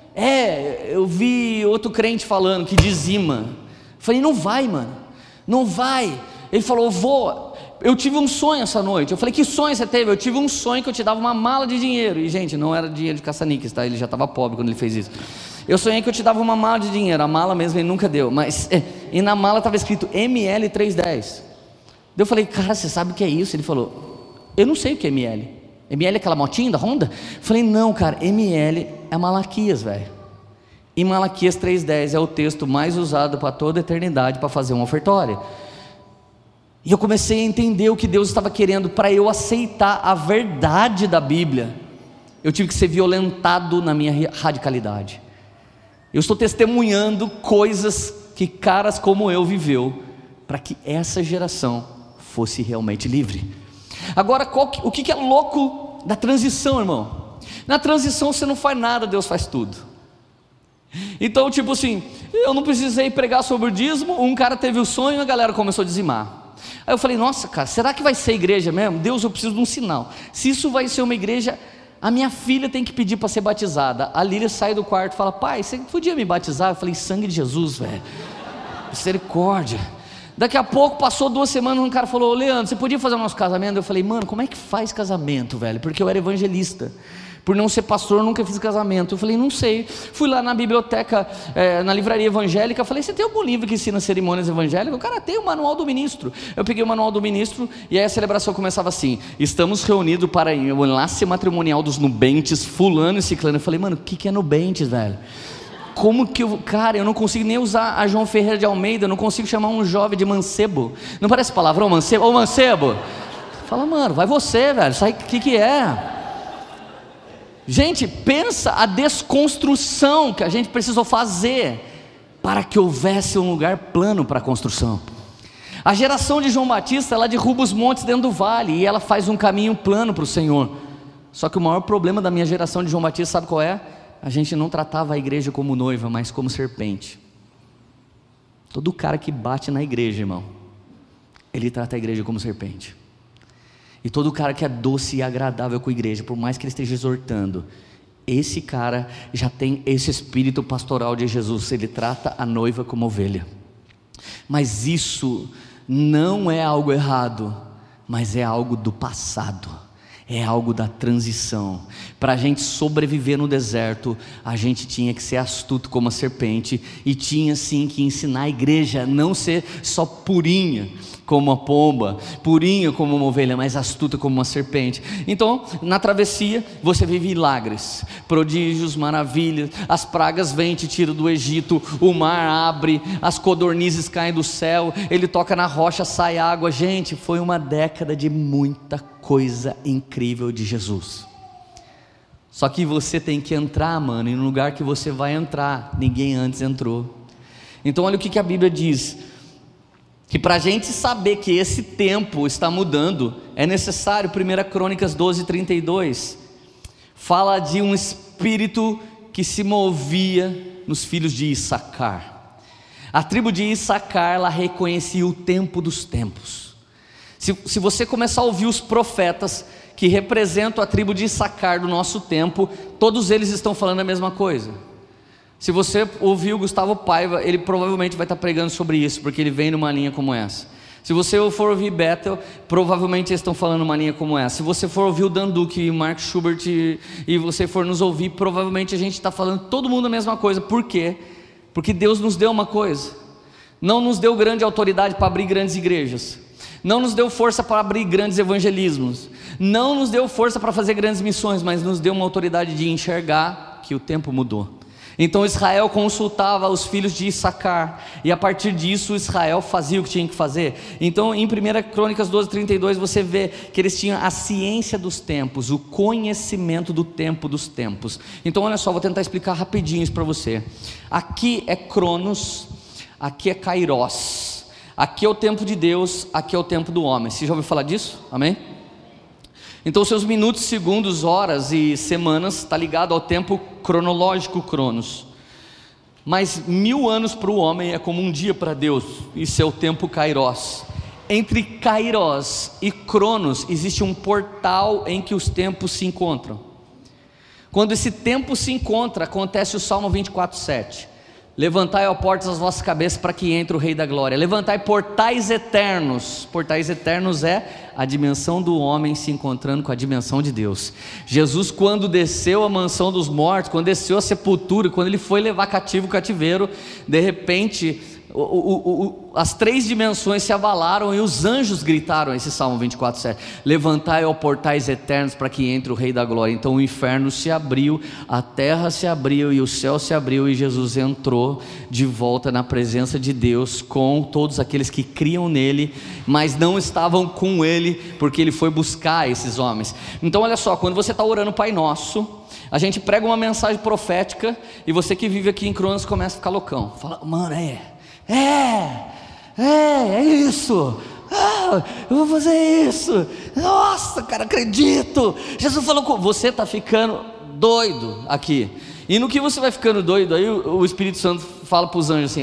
Eu vi outro crente falando que dizima. Eu falei: não vai, mano, não vai. Ele falou: vou. Eu tive um sonho essa noite. Eu falei: que sonho você teve? Eu tive um sonho que eu te dava uma mala de dinheiro. E gente, não era dinheiro de caça-níqueis, tá? Ele já estava pobre quando ele fez isso. Eu sonhei que eu te dava uma mala de dinheiro. A mala mesmo ele nunca deu, mas e na mala estava escrito ML310. Eu falei: cara, você sabe o que é isso? Ele falou: eu não sei o que é ML. ML é aquela motinha da Honda? Eu falei: não, cara, ML é Malaquias, velho. E Malaquias 3:10 é o texto mais usado para toda a eternidade para fazer uma ofertória. E eu comecei a entender o que Deus estava querendo. Para eu aceitar a verdade da Bíblia, eu tive que ser violentado na minha radicalidade. Eu estou testemunhando coisas que caras como eu viveu, para que essa geração fosse realmente livre. Agora, o que é louco da transição, irmão? Na transição você não faz nada, Deus faz tudo. Então, tipo assim, eu não precisei pregar sobre o dízimo, um cara teve o sonho e a galera começou a dizimar. Aí eu falei: nossa, cara, será que vai ser igreja mesmo? Deus, eu preciso de um sinal. Se isso vai ser uma igreja, a minha filha tem que pedir para ser batizada. A Lília sai do quarto e fala: pai, você podia me batizar? Eu falei: sangue de Jesus, velho, misericórdia. Daqui a pouco, passou 2 semanas, um cara falou: Leandro, você podia fazer o nosso casamento? Eu falei: mano, como é que faz casamento, velho? Porque eu era evangelista. Por não ser pastor, eu nunca fiz casamento. Eu falei: não sei. Fui lá na biblioteca, na livraria evangélica. Falei: você tem algum livro que ensina cerimônias evangélicas? O cara tem o manual do ministro. Eu peguei o manual do ministro e aí a celebração começava assim: estamos reunidos para o enlace matrimonial dos nubentes, fulano e ciclano. Eu falei: mano, o que é nubentes, velho? Como que cara, eu não consigo nem usar a João Ferreira de Almeida, não consigo chamar um jovem de mancebo. Não parece palavrão, mancebo? Ô mancebo! Fala: mano, vai você, velho, sai, o que é? Gente, pensa a desconstrução que a gente precisou fazer para que houvesse um lugar plano para a construção. A geração de João Batista, ela derruba os montes dentro do vale e ela faz um caminho plano para o Senhor. Só que o maior problema da minha geração de João Batista, sabe qual é? A gente não tratava a igreja como noiva, mas como serpente. Todo cara que bate na igreja, irmão, ele trata a igreja como serpente. E todo cara que é doce e agradável com a igreja, por mais que ele esteja exortando, esse cara já tem esse espírito pastoral de Jesus. Ele trata a noiva como ovelha. Mas isso não é algo errado, mas é algo do passado. É algo da transição. Para a gente sobreviver no deserto, a gente tinha que ser astuto como a serpente, e tinha sim que ensinar a igreja a não ser só purinha como uma pomba, purinha como uma ovelha, mas astuta como uma serpente. Então, na travessia, você vive milagres, prodígios, maravilhas. As pragas vêm, te tiram do Egito, o mar abre, as codornizes caem do céu, ele toca na rocha, sai água. Gente, foi uma década de muita coisa incrível de Jesus. Só que você tem que entrar, mano, e no lugar que você vai entrar, ninguém antes entrou. Então olha o que a Bíblia diz, que para a gente saber que esse tempo está mudando, é necessário. 1 Crônicas 12:32 fala de um espírito que se movia nos filhos de Issacar. A tribo de Issacar, ela reconhecia o tempo dos tempos. Se você começar a ouvir os profetas que representam a tribo de Issacar do nosso tempo, todos eles estão falando a mesma coisa. Se você ouvir o Gustavo Paiva, ele provavelmente vai estar pregando sobre isso, porque ele vem numa linha como essa. Se você for ouvir Bethel, provavelmente eles estão falando uma linha como essa. Se você for ouvir o Dan Duque e o Mark Schubert e você for nos ouvir, provavelmente a gente está falando todo mundo a mesma coisa. Por quê? Porque Deus nos deu uma coisa. Não nos deu grande autoridade para abrir grandes igrejas. Não nos deu força para abrir grandes evangelismos. Não nos deu força para fazer grandes missões, mas nos deu uma autoridade de enxergar que o tempo mudou. Então Israel consultava os filhos de Issacar, e a partir disso Israel fazia o que tinha que fazer. Então em 1 Crônicas 12:32 você vê que eles tinham a ciência dos tempos, o conhecimento do tempo dos tempos. Então olha só, vou tentar explicar rapidinho isso para você. Aqui é Cronos, aqui é Kairos, aqui é o tempo de Deus, aqui é o tempo do homem. Você já ouviu falar disso? Amém? Então seus minutos, segundos, horas e semanas está ligado ao tempo cronológico Cronos. Mas 1000 anos para o homem é como um dia para Deus, isso é o tempo Kairos. Entre Kairos e Cronos existe um portal em que os tempos se encontram. Quando esse tempo se encontra, acontece o Salmo 24:7. Levantai, ó portas, as vossas cabeças, para que entre o Rei da Glória. Levantai portais eternos. Portais eternos é a dimensão do homem se encontrando com a dimensão de Deus. Jesus, quando desceu à mansão dos mortos, quando desceu à sepultura, quando ele foi levar cativo o cativeiro, de repente as 3 dimensões se abalaram e os anjos gritaram, esse Salmo 24:7, levantai, ó portais eternos, para que entre o Rei da Glória. Então o inferno se abriu, a terra se abriu e o céu se abriu, e Jesus entrou de volta na presença de Deus com todos aqueles que criam nele, mas não estavam com ele, porque ele foi buscar esses homens. Então olha só, quando você está orando o Pai Nosso, a gente prega uma mensagem profética, e você que vive aqui em Cronos começa a ficar loucão, fala, mano, é isso, eu vou fazer isso, nossa cara, acredito, Jesus falou com você, está ficando doido aqui. E no que você vai ficando doido, aí o Espírito Santo fala para os anjos assim,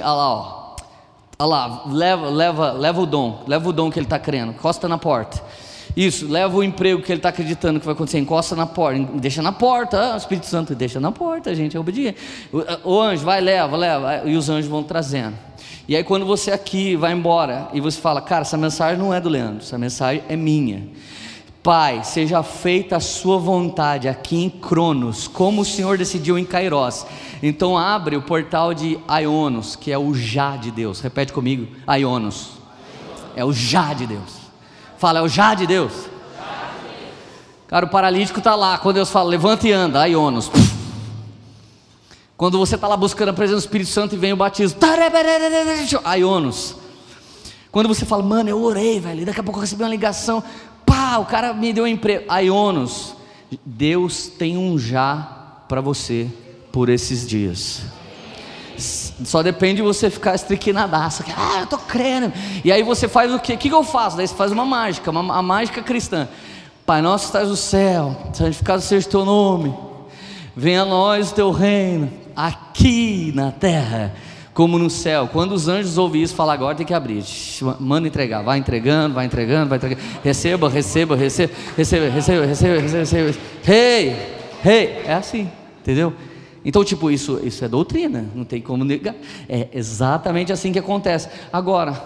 leva o dom que ele está crendo, encosta na porta. Isso, leva o emprego que ele está acreditando que vai acontecer, encosta na porta, deixa na porta, o Espírito Santo deixa na porta, a gente é obediente. O anjo vai, leva, e os anjos vão trazendo. E aí quando você aqui vai embora, e você fala, cara, essa mensagem não é do Leandro, essa mensagem é minha. Pai, seja feita a sua vontade aqui em Cronos, como o Senhor decidiu em Kairos. Então abre o portal de Aionos, que é o já de Deus. Repete comigo, Aionos. É o já de Deus. Fala, é o já de Deus. Cara, o paralítico está lá, quando Deus fala, levanta e anda, Aionos. Quando você está lá buscando a presença do Espírito Santo e vem o batismo, Aionos. Quando você fala, mano, eu orei, velho, daqui a pouco eu recebi uma ligação, o cara me deu um emprego, Aionos. Deus tem um já para você por esses dias. Só depende de você ficar estriquinadaço, eu tô crendo. E aí você faz o quê? O que eu faço? Daí você faz uma mágica, a mágica cristã. Pai nosso que estás no céu, santificado seja o teu nome, venha a nós o teu reino, aqui na terra como no céu. Quando os anjos ouvem isso, fala, agora tem que abrir, manda entregar, vai entregando, receba, é assim, entendeu? Então tipo, isso é doutrina, não tem como negar, é exatamente assim que acontece. Agora,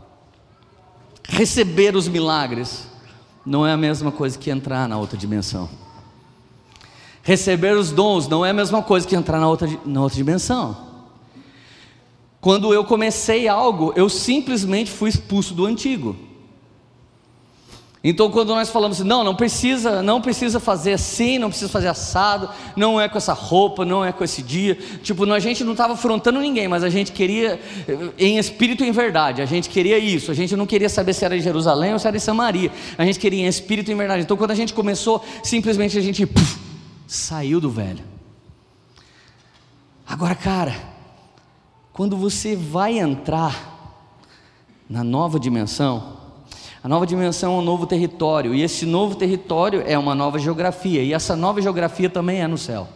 receber os milagres não é a mesma coisa que entrar na outra dimensão. Receber os dons não é a mesma coisa que entrar na outra dimensão. Quando eu comecei algo, eu simplesmente fui expulso do antigo. Então quando nós falamos assim, não precisa fazer assim, não precisa fazer assado, não é com essa roupa, não é com esse dia, tipo, a gente não estava afrontando ninguém, mas a gente queria em espírito e em verdade, a gente queria isso, a gente não queria saber se era em Jerusalém ou se era em Samaria, a gente queria em espírito e em verdade. Então quando a gente começou, simplesmente a gente saiu do velho. Agora cara, quando você vai entrar na nova dimensão, a nova dimensão é um novo território, e esse novo território é uma nova geografia, e essa nova geografia também é no céu.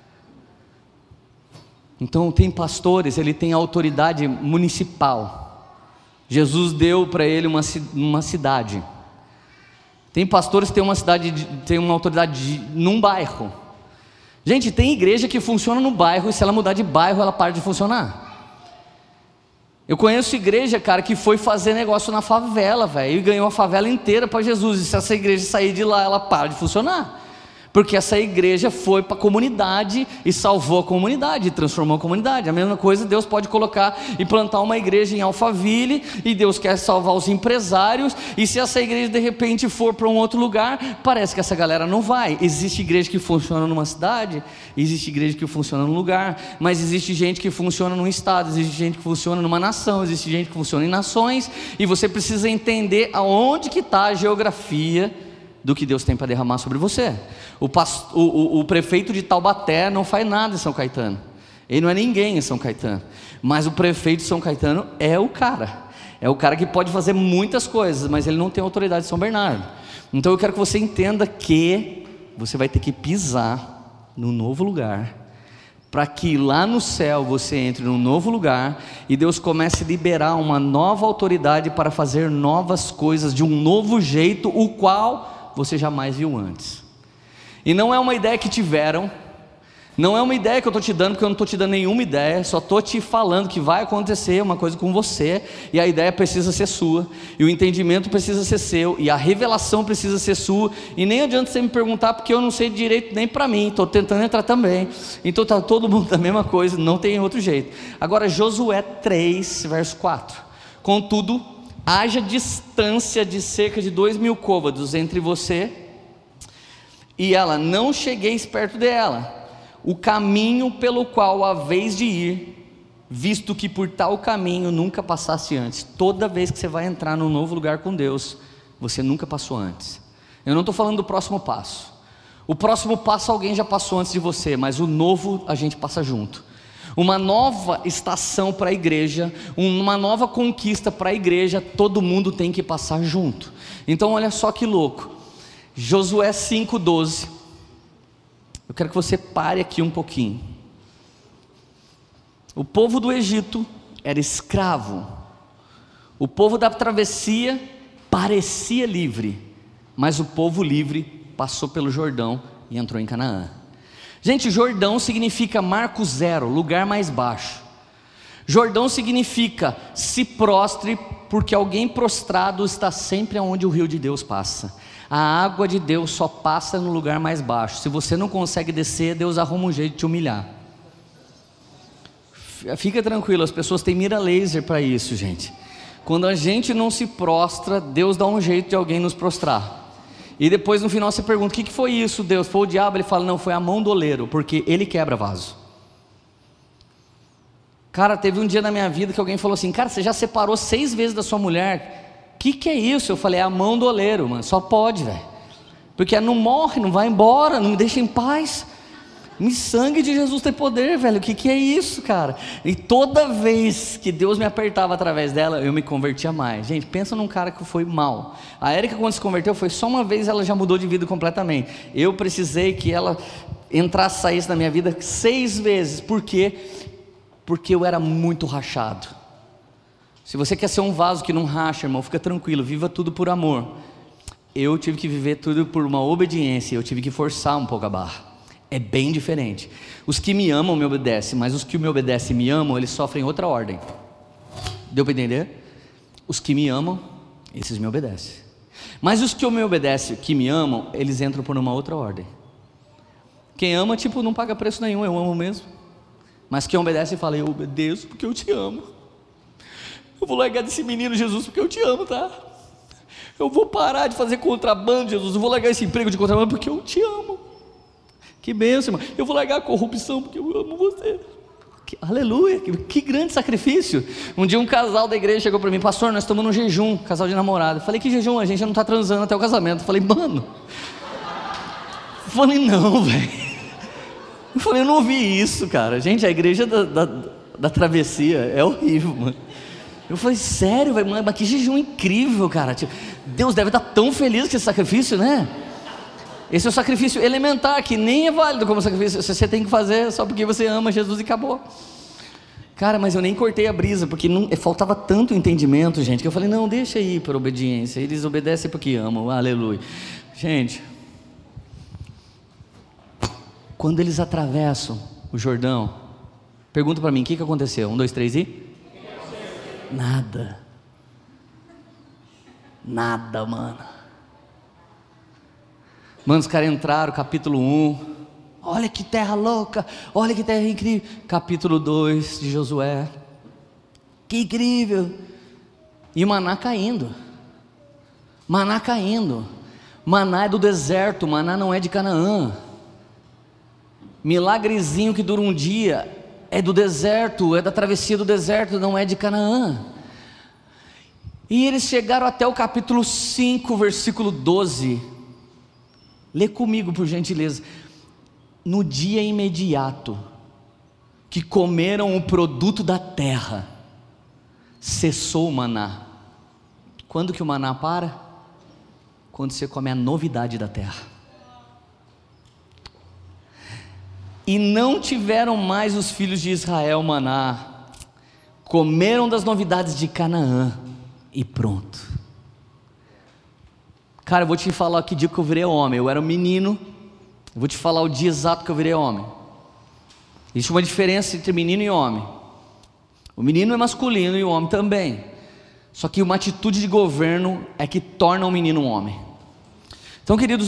Então tem pastores, ele tem autoridade municipal, Jesus deu para ele uma cidade. Tem pastores que tem uma autoridade num bairro. Gente, tem igreja que funciona no bairro, e se ela mudar de bairro, ela para de funcionar. Eu conheço igreja, cara, que foi fazer negócio na favela, velho, e ganhou a favela inteira para Jesus, e se essa igreja sair de lá, ela para de funcionar, Porque essa igreja foi para a comunidade e salvou a comunidade, transformou a comunidade. A mesma coisa Deus pode colocar e plantar uma igreja em Alphaville, e Deus quer salvar os empresários, e se essa igreja de repente for para um outro lugar, parece que essa galera não vai. Existe igreja que funciona numa cidade, existe igreja que funciona num lugar, mas existe gente que funciona num estado, existe gente que funciona numa nação, existe gente que funciona em nações, e você precisa entender aonde que está a geografia do que Deus tem para derramar sobre você. O prefeito de Taubaté não faz nada em São Caetano, ele não é ninguém em São Caetano, mas o prefeito de São Caetano é o cara que pode fazer muitas coisas, mas ele não tem autoridade de São Bernardo. Então eu quero que você entenda que você vai ter que pisar no novo lugar, para que lá no céu você entre num novo lugar, e Deus comece a liberar uma nova autoridade para fazer novas coisas, de um novo jeito, o qual você jamais viu antes. E não é uma ideia que tiveram, não é uma ideia que eu estou te dando, porque eu não estou te dando nenhuma ideia, só estou te falando que vai acontecer uma coisa com você, e a ideia precisa ser sua, e o entendimento precisa ser seu, e a revelação precisa ser sua, e nem adianta você me perguntar, porque eu não sei direito nem para mim, estou tentando entrar também, então está todo mundo da mesma coisa, não tem outro jeito. Agora Josué 3, verso 4, contudo, haja distância de cerca de 2.000 côvados entre você e ela, não chegueis perto dela, o caminho pelo qual haveis de ir, visto que por tal caminho nunca passasse antes. Toda vez que você vai entrar num novo lugar com Deus, você nunca passou antes. Eu não estou falando do próximo passo, o próximo passo alguém já passou antes de você, mas o novo a gente passa junto. Uma nova estação para a igreja, uma nova conquista para a igreja, todo mundo tem que passar junto. Então olha só que louco, Josué 5,12, eu quero que você pare aqui um pouquinho. O povo do Egito era escravo, o povo da travessia parecia livre, mas o povo livre passou pelo Jordão e entrou em Canaã. Gente, Jordão significa marco zero, lugar mais baixo. Jordão significa se prostre, porque alguém prostrado está sempre onde o rio de Deus passa. A água de Deus só passa no lugar mais baixo. Se você não consegue descer, Deus arruma um jeito de te humilhar. Fica tranquilo, as pessoas têm mira laser para isso, gente. Quando a gente não se prostra, Deus dá um jeito de alguém nos prostrar. E depois no final você pergunta, o que foi isso, Deus? Foi o diabo? Ele fala, não, foi a mão do oleiro, porque ele quebra vaso. Cara, teve um dia na minha vida que alguém falou assim, cara, você já separou 6 vezes da sua mulher, que é isso? Eu falei, é a mão do oleiro, mano, só pode, velho, porque não morre, não vai embora, não me deixa em paz. O sangue de Jesus tem poder, velho, o que é isso, cara? E toda vez que Deus me apertava através dela, eu me convertia mais. Gente, pensa num cara que foi mal. A Érica, quando se converteu, foi só uma vez, ela já mudou de vida completamente. Eu precisei que ela entrasse, saísse da minha vida 6 vezes. Por quê? Porque eu era muito rachado. Se você quer ser um vaso que não racha, irmão, fica tranquilo, viva tudo por amor. Eu tive que viver tudo por uma obediência, eu tive que forçar um pouco a barra. É bem diferente. Os que me amam me obedecem, mas os que me obedecem e me amam, eles sofrem outra ordem. Deu para entender? Os que me amam, esses me obedecem. Mas os que me obedecem, que me amam, eles entram por uma outra ordem. Quem ama, tipo, não paga preço nenhum, eu amo mesmo. Mas quem obedece fala, eu obedeço porque eu te amo. Eu vou largar desse menino, Jesus, porque eu te amo, tá? Eu vou parar de fazer contrabando, Jesus. Eu vou largar esse emprego de contrabando porque eu te amo. Que bênção, irmão. Eu vou largar a corrupção porque eu amo você. Aleluia, que grande sacrifício. Um dia um casal da igreja chegou para mim, pastor, nós estamos num jejum, casal de namorado. Eu falei, que jejum? A gente já não está transando até o casamento. Eu falei, mano. Eu falei, não, velho. Eu falei, eu não ouvi isso, cara. Gente, a igreja da travessia é horrível, mano. Eu falei, sério, velho, mas que jejum incrível, cara. Tipo, Deus deve estar tão feliz com esse sacrifício, né? Esse é o sacrifício elementar, que nem é válido como sacrifício, você tem que fazer só porque você ama Jesus e acabou. Cara, mas eu nem cortei a brisa, porque faltava tanto entendimento, gente, que eu falei, não, deixa aí por obediência, eles obedecem porque amam, aleluia. Gente, quando eles atravessam o Jordão, pergunta para mim, o que aconteceu? 1, 2, 3 e? Nada. Nada, mano. Mano, os caras entraram, capítulo 1. Olha que terra louca, olha que terra incrível. Capítulo 2 de Josué. Que incrível. E o maná caindo. Maná caindo. Maná é do deserto, maná não é de Canaã. Milagrezinho que dura um dia é do deserto, é da travessia do deserto, não é de Canaã. E eles chegaram até o capítulo 5, versículo 12. Lê comigo, por gentileza. No dia imediato que comeram o produto da terra, cessou o maná. Quando que o maná para? Quando você come a novidade da terra. E não tiveram mais os filhos de Israel maná, comeram das novidades de Canaã, e pronto. Cara, eu vou te falar que dia que eu virei homem. Eu era um menino, eu vou te falar o dia exato que eu virei homem. Existe uma diferença entre menino e homem. O menino é masculino e o homem também. Só que uma atitude de governo é que torna o menino um homem. Então, queridos,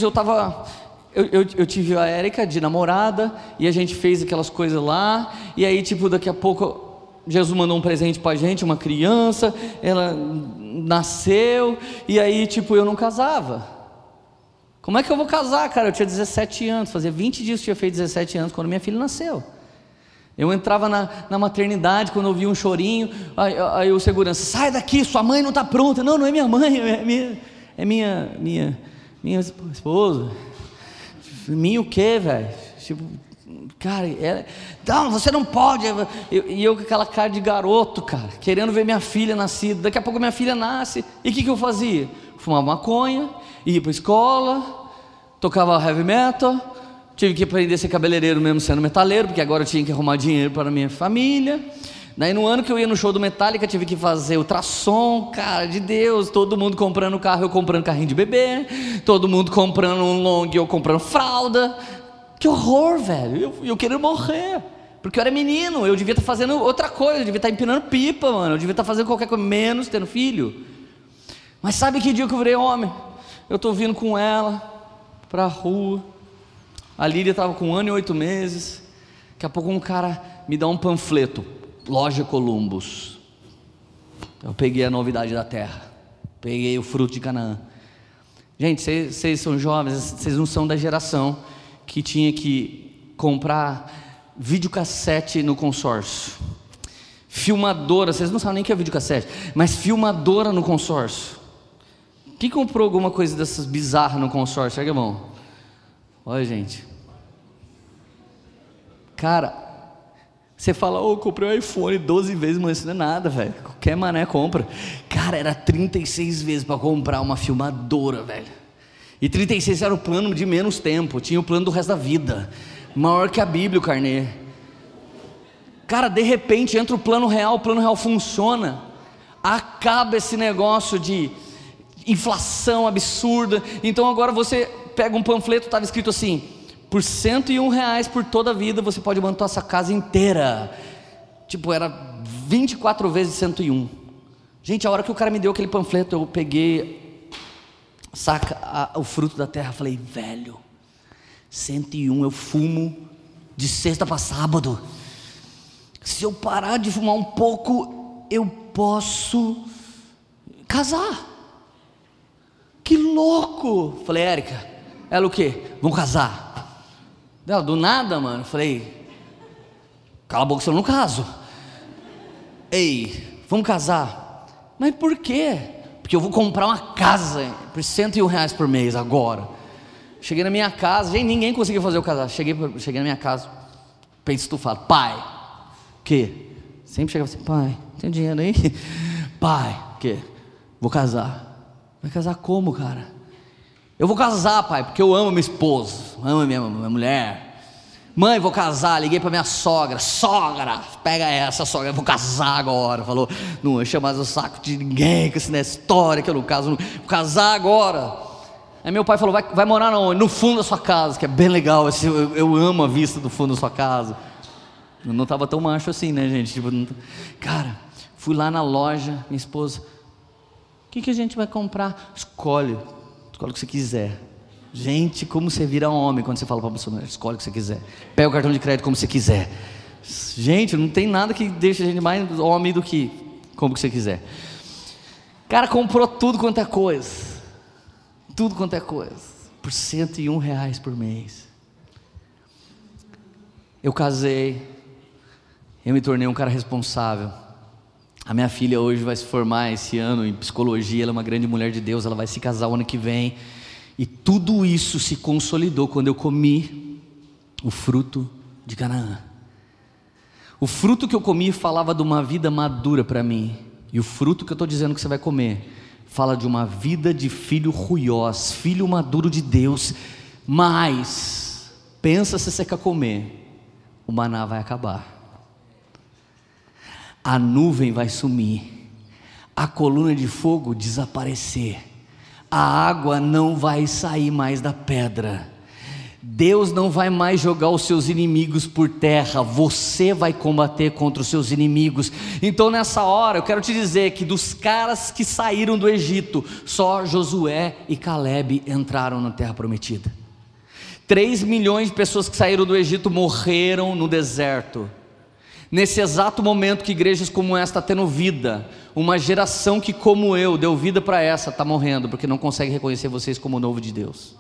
eu tive a Érica de namorada, e a gente fez aquelas coisas lá, e aí tipo, daqui a pouco Jesus mandou um presente pra gente, uma criança, ela nasceu, e aí tipo, eu não casava. Como é que eu vou casar, cara? Eu tinha 17 anos, fazia 20 dias que eu tinha feito 17 anos, quando minha filha nasceu. Eu entrava na maternidade, quando eu via um chorinho, aí o segurança, sai daqui, sua mãe não está pronta. Não, não é minha mãe, é minha esposa. Minha o quê, velho? Tipo, cara, não, você não pode. E eu com aquela cara de garoto, cara, querendo ver minha filha nascida. Daqui a pouco minha filha nasce, e o que eu fazia? Fumava maconha, ia para a escola, tocava heavy metal. Tive que aprender a ser cabeleireiro mesmo sendo metaleiro, porque agora eu tinha que arrumar dinheiro para a minha família. Daí no ano que eu ia no show do Metallica, tive que fazer ultrassom, cara de Deus, todo mundo comprando carro, eu comprando carrinho de bebê, todo mundo comprando um long, eu comprando fralda. Que horror, velho, eu queria morrer, porque eu era menino, eu devia estar fazendo outra coisa, eu devia estar empinando pipa, mano, eu devia estar fazendo qualquer coisa, menos tendo filho. Mas sabe que dia que eu virei homem? Eu estou vindo com ela para a rua, a Lília estava com 1 ano e 8 meses, daqui a pouco um cara me dá um panfleto, Loja Columbus. Eu peguei a novidade da terra, peguei o fruto de Canaã. Gente, vocês são jovens, vocês não são da geração que tinha que comprar videocassete no consórcio, filmadora, vocês não sabem nem o que é videocassete, mas filmadora no consórcio. Quem comprou alguma coisa dessas bizarras no consórcio? Ergue a mão. Olha, gente, cara, você fala, eu comprei um iPhone 12 vezes, mas isso não é nada, velho, qualquer mané compra. Cara, era 36 vezes para comprar uma filmadora, velho, e 36 era o plano de menos tempo, tinha o plano do resto da vida, maior que a Bíblia, o carnê. Cara, de repente entra o plano real funciona, acaba esse negócio de inflação absurda. Então agora você pega um panfleto, estava escrito assim, por R$101 por toda a vida, você pode manter essa casa inteira. Tipo, era 24 vezes 101. Gente, a hora que o cara me deu aquele panfleto, eu peguei, saca, o fruto da terra, falei, velho, 101, eu fumo de sexta para sábado. Se eu parar de fumar um pouco, eu posso casar. Que louco! Falei, Érica, ela o quê? Vamos casar. Ela, do nada, mano. Falei, cala a boca, se eu não caso. Ei, vamos casar. Mas por quê? Porque eu vou comprar uma casa por R$101 por mês agora. Cheguei na minha casa, gente, ninguém conseguiu fazer eu casar. Cheguei na minha casa, peito estufado. Pai, o quê? Sempre chegava assim, pai, tem dinheiro aí? Pai, o quê? Vou casar. Vai casar como, cara? Eu vou casar, pai, porque eu amo minha esposa, amo minha mulher. Mãe, vou casar, liguei para minha sogra. Sogra, pega essa, sogra, eu vou casar agora. Falou, não enche mais o saco de ninguém com essa história que eu não caso, vou casar agora. Aí meu pai falou, vai morar onde? No fundo da sua casa, que é bem legal, assim, eu amo a vista do fundo da sua casa. Eu não estava tão macho assim, né, gente? Tipo, cara, fui lá na loja, minha esposa, o que a gente vai comprar? Escolhe o que você quiser. Gente, como você vira homem quando você fala para a pessoa, escolhe o que você quiser, pega o cartão de crédito como você quiser. Gente, não tem nada que deixe a gente mais homem do que como que você quiser. Cara, comprou tudo quanto é coisa, por R$101 por mês. Eu casei, eu me tornei um cara responsável. A minha filha hoje vai se formar esse ano em psicologia, ela é uma grande mulher de Deus, ela vai se casar o ano que vem. E tudo isso se consolidou quando eu comi o fruto de Canaã. O fruto que eu comi falava de uma vida madura para mim. E o fruto que eu estou dizendo que você vai comer fala de uma vida de filho ruiós, filho maduro de Deus. Mas, pensa se você quer comer, o maná vai acabar. A nuvem vai sumir. A coluna de fogo desaparecer. A água não vai sair mais da pedra. Deus não vai mais jogar os seus inimigos por terra. Você vai combater contra os seus inimigos. Então nessa hora eu quero te dizer que dos caras que saíram do Egito, só Josué e Calebe entraram na terra prometida. 3 milhões de pessoas que saíram do Egito morreram no deserto. Nesse exato momento que igrejas como esta estão tendo vida, uma geração que como eu deu vida para essa está morrendo porque não consegue reconhecer vocês como o novo de Deus.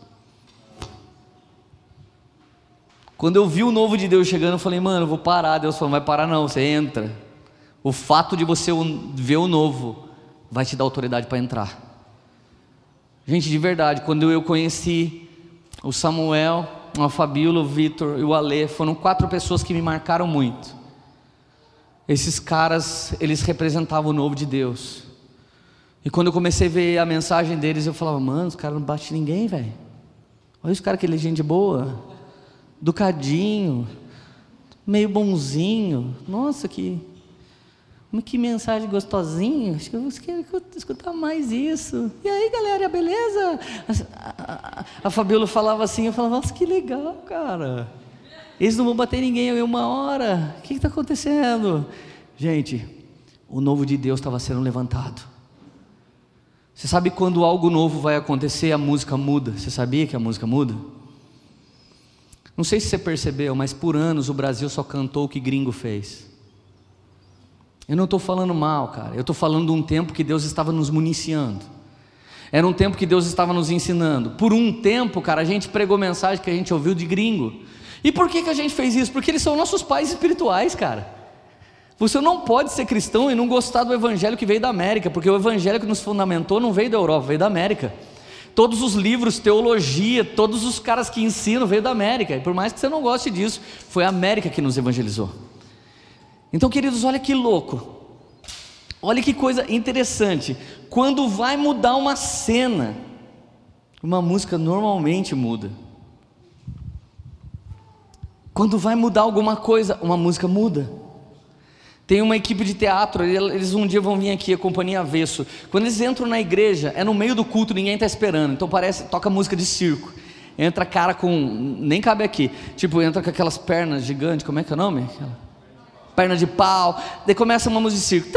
Quando eu vi o novo de Deus chegando, eu falei, mano, eu vou parar. Deus falou, não vai parar não, você entra. O fato de você ver o novo vai te dar autoridade para entrar. Gente, de verdade, quando eu conheci o Samuel, a Fabíola, o Vitor e o Alê, foram 4 pessoas que me marcaram muito. Esses caras, eles representavam o novo de Deus. E quando eu comecei a ver a mensagem deles, eu falava, mano, os caras não batem ninguém, velho. Olha os caras que ele é gente boa, educadinho, meio bonzinho. Nossa, que mensagem gostosinha. Acho que eu quero escutar mais isso. E aí, galera, beleza? A Fabíola falava assim, eu falava, nossa, que legal, cara. Eles não vão bater ninguém em 1 hora. O que está acontecendo? Gente, o novo de Deus estava sendo levantado. Você sabe quando algo novo vai acontecer, a música muda. Você sabia que a música muda? Não sei se você percebeu, mas por anos o Brasil só cantou o que gringo fez. Eu não estou falando mal, cara. Eu estou falando de um tempo que Deus estava nos municiando. Era um tempo que Deus estava nos ensinando. Por um tempo, cara, a gente pregou mensagem que a gente ouviu de gringo. E por que a gente fez isso? Porque eles são nossos pais espirituais, cara. Você não pode ser cristão e não gostar do evangelho que veio da América, porque o evangelho que nos fundamentou não veio da Europa, veio da América. Todos os livros, teologia, todos os caras que ensinam veio da América. E por mais que você não goste disso, foi a América que nos evangelizou. Então, queridos, olha que louco. Olha que coisa interessante. Quando vai mudar uma cena, uma música normalmente muda. Quando vai mudar alguma coisa, uma música muda. Tem uma equipe de teatro, eles um dia vão vir aqui, a Companhia Avesso. Quando eles entram na igreja, é no meio do culto, ninguém está esperando. Então toca música de circo. Entra cara com, nem cabe aqui, tipo, entra com aquelas pernas gigantes, como é que é o nome? Perna de pau. Daí começa uma música de circo.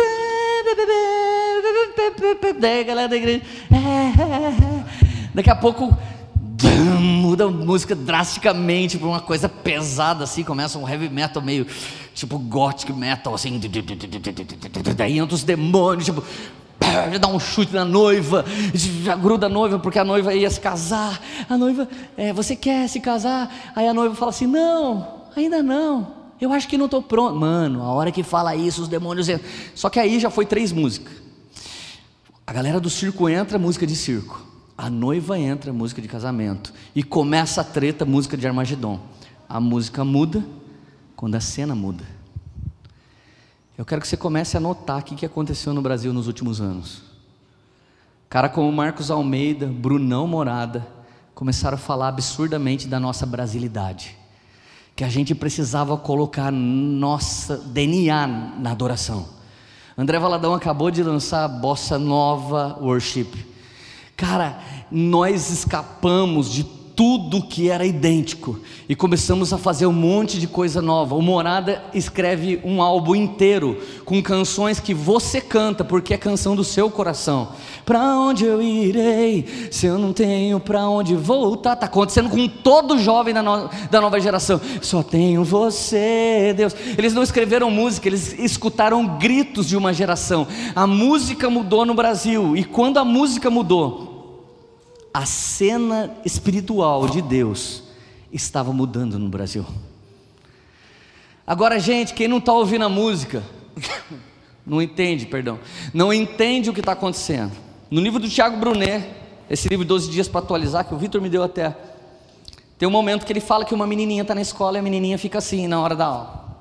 Daí a galera da igreja, daqui a pouco muda a música drasticamente para uma coisa pesada assim, começa um heavy metal meio tipo gothic metal assim, daí entra os demônios, tipo, já dá um chute na noiva, já gruda a noiva porque a noiva ia se casar. A noiva, você quer se casar? Aí a noiva fala assim, não, ainda não, eu acho que não estou pronto. Mano, a hora que fala isso, os demônios entram. Só que aí já foi 3 músicas. A galera do circo entra, música de circo. A noiva entra, música de casamento. E começa a treta, música de Armagedon. A música muda quando a cena muda. Eu quero que você comece a notar o que aconteceu no Brasil nos últimos anos. Cara como Marcos Almeida, Brunão Morada, começaram a falar absurdamente da nossa brasilidade. Que a gente precisava colocar nossa DNA na adoração. André Valadão acabou de lançar a Bossa Nova Worship. Cara, nós escapamos de tudo que era idêntico e começamos a fazer um monte de coisa nova. O Morada escreve um álbum inteiro com canções que você canta porque é canção do seu coração. Pra onde eu irei se eu não tenho pra onde voltar? Está acontecendo com todo jovem da nova geração. Só tenho você, Deus. Eles não escreveram música, eles escutaram gritos de uma geração. A música mudou no Brasil, e quando a música mudou, a cena espiritual de Deus estava mudando no Brasil. Agora, gente, quem não está ouvindo a música, não entende o que está acontecendo. No livro do Tiago Brunet, esse livro 12 dias para atualizar, que o Vitor me deu até, tem um momento que ele fala que uma menininha está na escola e a menininha fica assim na hora da aula.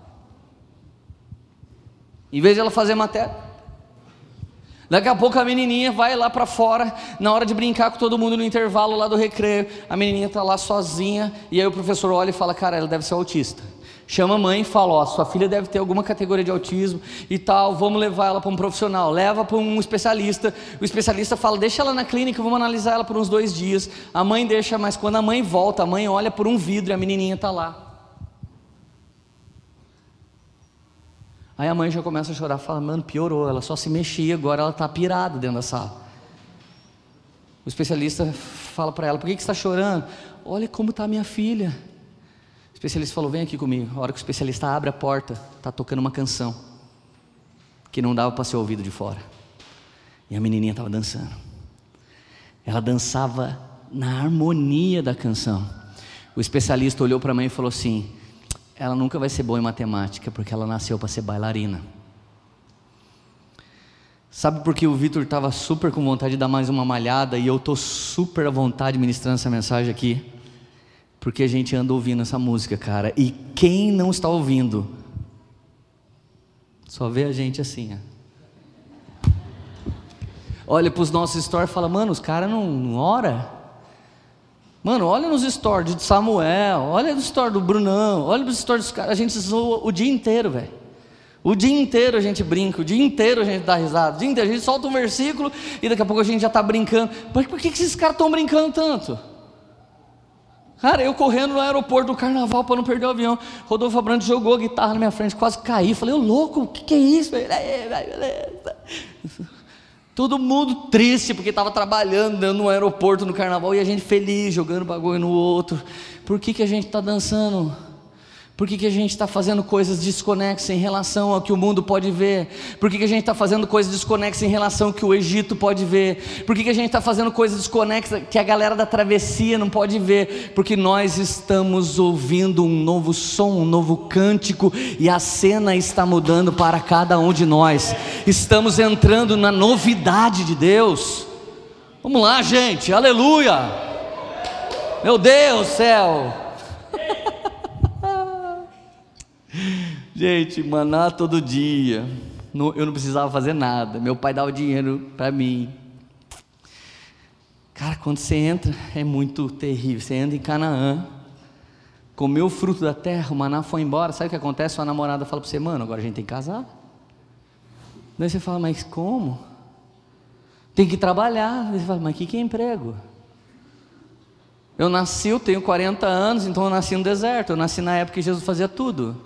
Em vez de ela fazer matéria, daqui a pouco a menininha vai lá para fora, na hora de brincar com todo mundo no intervalo lá do recreio, a menininha está lá sozinha, e aí o professor olha e fala: cara, ela deve ser autista. Chama a mãe e fala: ó, sua filha deve ter alguma categoria de autismo e tal, vamos levar ela para um profissional. Leva para um especialista, o especialista fala: deixa ela na clínica, vamos analisar ela por uns 2 dias. A mãe deixa, mas quando a mãe volta, a mãe olha por um vidro e a menininha está lá. Aí a mãe já começa a chorar, fala: mano, piorou, ela só se mexia, agora ela está pirada dentro da sala. O especialista fala para ela: por que você está chorando? Olha como está minha filha. O especialista falou: vem aqui comigo. A hora que o especialista abre a porta, está tocando uma canção que não dava para ser ouvido de fora, e a menininha estava dançando. Ela dançava na harmonia da canção. O especialista olhou para a mãe e falou assim: ela nunca vai ser boa em matemática, porque ela nasceu para ser bailarina. Sabe por que o Vitor estava super com vontade de dar mais uma malhada, e eu estou super à vontade ministrando essa mensagem aqui? Porque a gente anda ouvindo essa música, cara, e quem não está ouvindo, só vê a gente assim, ó. Olha para os nossos stories e fala: mano, os caras não oram? Mano, olha nos stories de Samuel, olha no story do Brunão, olha nos stories dos caras. A gente zoa o dia inteiro, velho. O dia inteiro a gente brinca, o dia inteiro a gente dá risada, o dia inteiro a gente solta um versículo e daqui a pouco a gente já está brincando. Mas por que esses caras estão brincando tanto? Cara, eu correndo no aeroporto do Carnaval para não perder o avião, Rodolfo Abrantes jogou a guitarra na minha frente, quase caí. Falei: ô louco, o que é isso? Beleza. Todo mundo triste porque estava trabalhando no aeroporto no Carnaval, e a gente feliz, jogando bagulho no outro. Por que a gente está dançando? Por que a gente está fazendo coisas desconexas em relação ao que o mundo pode ver? Por que a gente está fazendo coisas desconexas em relação ao que o Egito pode ver? Por que a gente está fazendo coisas desconexas que a galera da travessia não pode ver? Porque nós estamos ouvindo um novo som, um novo cântico, e a cena está mudando para cada um de nós. Estamos entrando na novidade de Deus. Vamos lá, gente, aleluia! Meu Deus do céu! Gente, maná todo dia. Eu não precisava fazer nada, meu pai dava dinheiro para mim. Cara, quando você entra, é muito terrível. Você entra em Canaã, comeu o fruto da terra, o maná foi embora. Sabe o que acontece? Sua namorada fala para você: mano, agora a gente tem que casar. Daí você fala: mas como? Tem que trabalhar. Daí você fala: mas que é emprego? Eu nasci, eu tenho 40 anos, então eu nasci no deserto. Eu nasci na época que Jesus fazia tudo.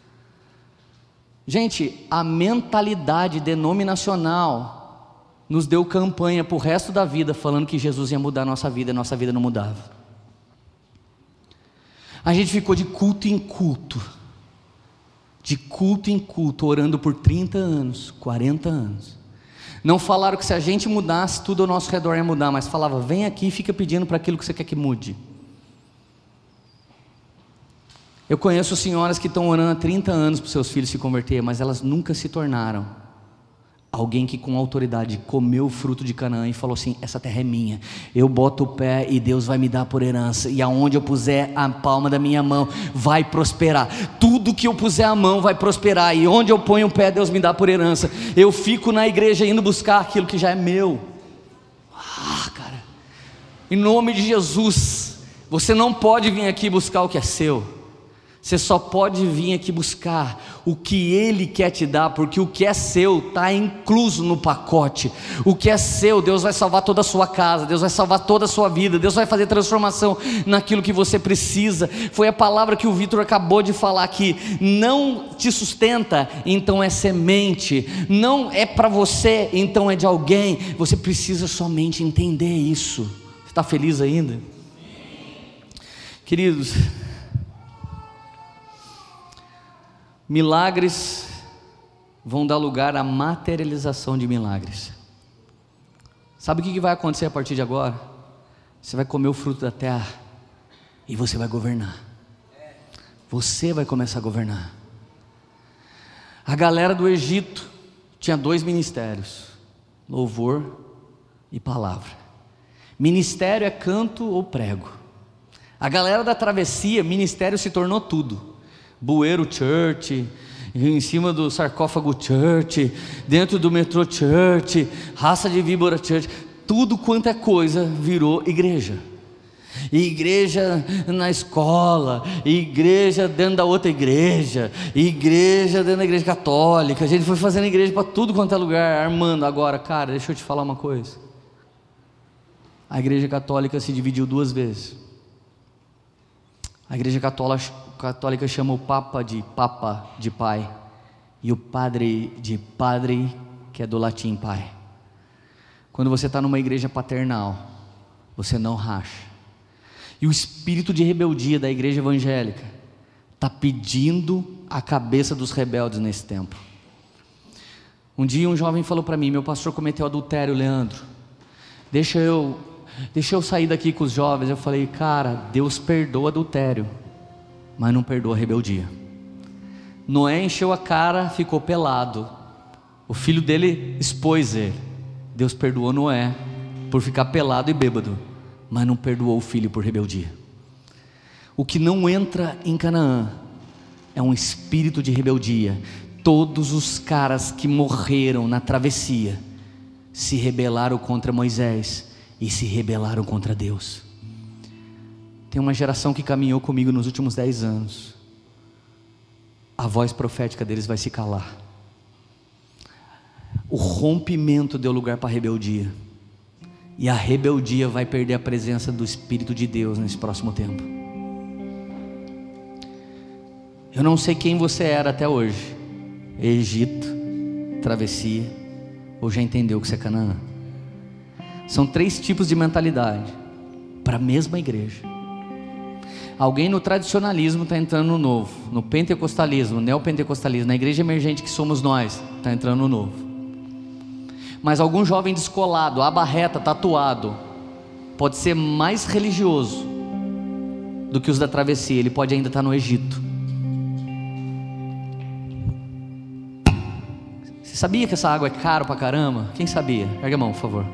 Gente, a mentalidade denominacional nos deu campanha para o resto da vida, falando que Jesus ia mudar a nossa vida, e a nossa vida não mudava. A gente ficou de culto em culto, orando por 30 anos, 40 anos. Não falaram que se a gente mudasse, tudo ao nosso redor ia mudar, mas falava: vem aqui e fica pedindo para aquilo que você quer que mude. Eu conheço senhoras que estão orando há 30 anos para os seus filhos se converter, mas elas nunca se tornaram alguém que com autoridade comeu o fruto de Canaã e falou assim: essa terra é minha, eu boto o pé e Deus vai me dar por herança, e aonde eu puser a palma da minha mão vai prosperar, tudo que eu puser a mão vai prosperar, e onde eu ponho o pé Deus me dá por herança. Eu fico na igreja indo buscar aquilo que já é meu. Cara, em nome de Jesus, você não pode vir aqui buscar o que é seu. Você só pode vir aqui buscar o que Ele quer te dar, porque o que é seu está incluso no pacote. O que é seu, Deus vai salvar toda a sua casa, Deus vai salvar toda a sua vida, Deus vai fazer transformação naquilo que você precisa. Foi a palavra que o Vitor acabou de falar aqui. Não te sustenta, então é semente. Não é para você, então é de alguém. Você precisa somente entender isso. Você está feliz ainda? Queridos, milagres vão dar lugar à materialização de milagres. Sabe o que vai acontecer a partir de agora? Você vai comer o fruto da terra e você vai governar. Você vai começar a governar. A galera do Egito tinha 2 ministérios: louvor e palavra. Ministério é canto ou prego. A galera da travessia, ministério se tornou tudo. Bueiro Church, em cima do sarcófago Church, dentro do metrô Church, raça de víbora Church, tudo quanto é coisa virou igreja. E igreja na escola, e igreja dentro da outra igreja, e igreja dentro da igreja católica. A gente foi fazendo igreja para tudo quanto é lugar, armando. Agora, cara, deixa eu te falar uma coisa. A igreja católica se dividiu 2 vezes. A igreja católica chama o papa de pai, e o padre de padre, que é do latim pai. Quando você está numa igreja paternal, você não racha. E o espírito de rebeldia da igreja evangélica está pedindo a cabeça dos rebeldes nesse tempo. Um dia um jovem falou para mim: meu pastor cometeu adultério, Leandro, deixa eu sair daqui com os jovens. Eu falei: cara, Deus perdoa adultério, mas não perdoa a rebeldia. Noé encheu a cara, ficou pelado, o filho dele expôs ele. Deus perdoou Noé por ficar pelado e bêbado, mas não perdoou o filho por rebeldia. O que não entra em Canaã é um espírito de rebeldia. Todos os caras que morreram na travessia se rebelaram contra Moisés e se rebelaram contra Deus. Tem uma geração que caminhou comigo nos últimos 10 anos. A voz profética deles vai se calar. O rompimento deu lugar para a rebeldia, e a rebeldia vai perder a presença do Espírito de Deus nesse próximo tempo. Eu não sei quem você era até hoje, Egito, travessia, ou já entendeu que você é Canaã. São 3 tipos de mentalidade para a mesma igreja. Alguém no tradicionalismo está entrando no novo, no pentecostalismo, no neopentecostalismo, na igreja emergente que somos nós, está entrando no novo. Mas algum jovem descolado, aba reta, tatuado, pode ser mais religioso do que os da travessia. Ele pode ainda estar no Egito. Você sabia que essa água é caro pra caramba? Quem sabia? Ergue a mão, por favor.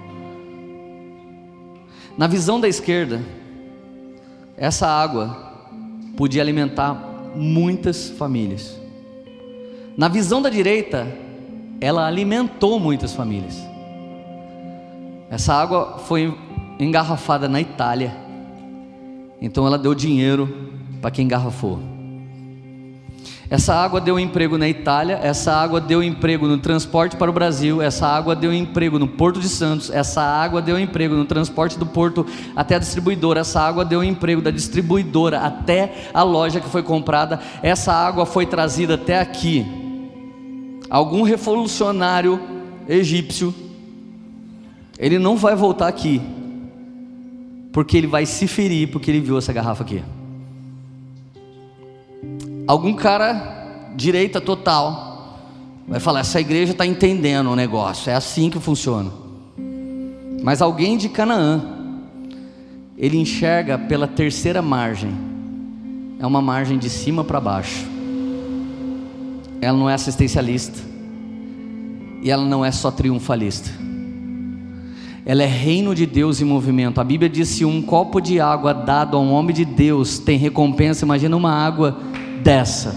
Na visão da esquerda, essa água podia alimentar muitas famílias. Na visão da direita, ela alimentou muitas famílias. Essa água foi engarrafada na Itália, então ela deu dinheiro para quem engarrafou. Essa água deu emprego na Itália, essa água deu emprego no transporte para o Brasil, essa água deu emprego no Porto de Santos, essa água deu emprego no transporte do porto até a distribuidora, essa água deu emprego da distribuidora até a loja que foi comprada, essa água foi trazida até aqui. Algum revolucionário egípcio, ele não vai voltar aqui, porque ele vai se ferir, porque ele viu essa garrafa aqui. Algum cara, direita total, vai falar: essa igreja está entendendo o negócio, é assim que funciona. Mas alguém de Canaã, ele enxerga pela terceira margem, é uma margem de cima para baixo. Ela não é assistencialista, e ela não é só triunfalista. Ela é reino de Deus em movimento. A Bíblia diz: se um copo de água dado a um homem de Deus tem recompensa, imagina uma água dessa.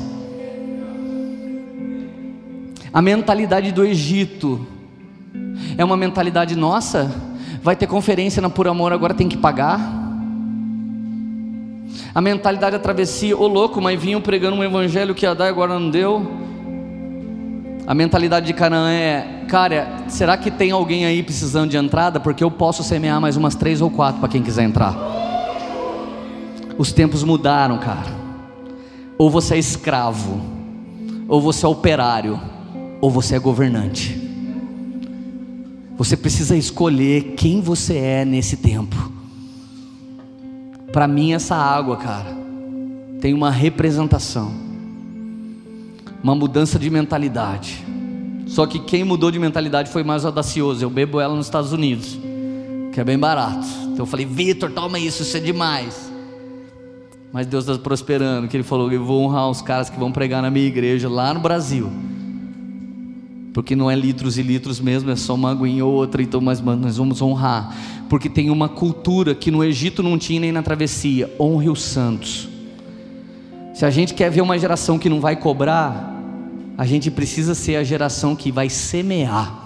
A mentalidade do Egito é uma mentalidade nossa. Vai ter conferência na Por Amor, agora tem que pagar. A mentalidade da travessia, ô louco, mas vinham pregando um evangelho que ia dar e agora não deu. A mentalidade de Canaã é, cara, será que tem alguém aí precisando de entrada? Porque eu posso semear mais umas 3 ou 4 para quem quiser entrar. Os tempos mudaram, cara. Ou você é escravo, ou você é operário, ou você é governante. Você precisa escolher quem você é nesse tempo. Para mim essa água, cara, tem uma representação, uma mudança de mentalidade. Só que quem mudou de mentalidade foi mais audacioso. Eu bebo ela nos Estados Unidos, que é bem barato. Então eu falei, Vitor, toma isso é demais. Mas Deus está prosperando, que Ele falou, eu vou honrar os caras que vão pregar na minha igreja lá no Brasil. Porque não é litros e litros mesmo, é só uma aguinha ou outra. Então nós vamos honrar, porque tem uma cultura que no Egito não tinha nem na travessia. Honre os santos. Se a gente quer ver uma geração que não vai cobrar, a gente precisa ser a geração que vai semear.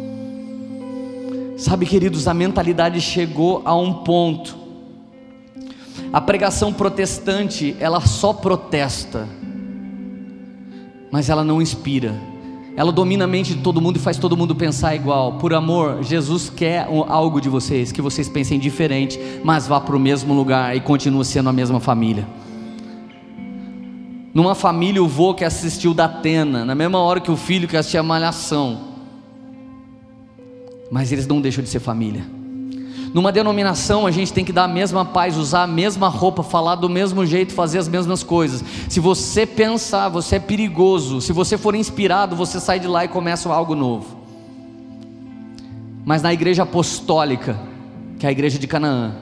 Sabe, queridos, a mentalidade chegou a um ponto. A pregação protestante, ela só protesta, mas ela não inspira. Ela domina a mente de todo mundo e faz todo mundo pensar igual. Por amor, Jesus quer algo de vocês, que vocês pensem diferente, mas vá para o mesmo lugar e continue sendo a mesma família. Numa família, o vô quer assistir o Datena, na mesma hora que o filho quer assistir a Malhação, mas eles não deixam de ser família. Numa denominação, a gente tem que dar a mesma paz, usar a mesma roupa, falar do mesmo jeito, fazer as mesmas coisas. Se você pensar, você é perigoso. Se você for inspirado, você sai de lá e começa algo novo. Mas na igreja apostólica, que é a igreja de Canaã,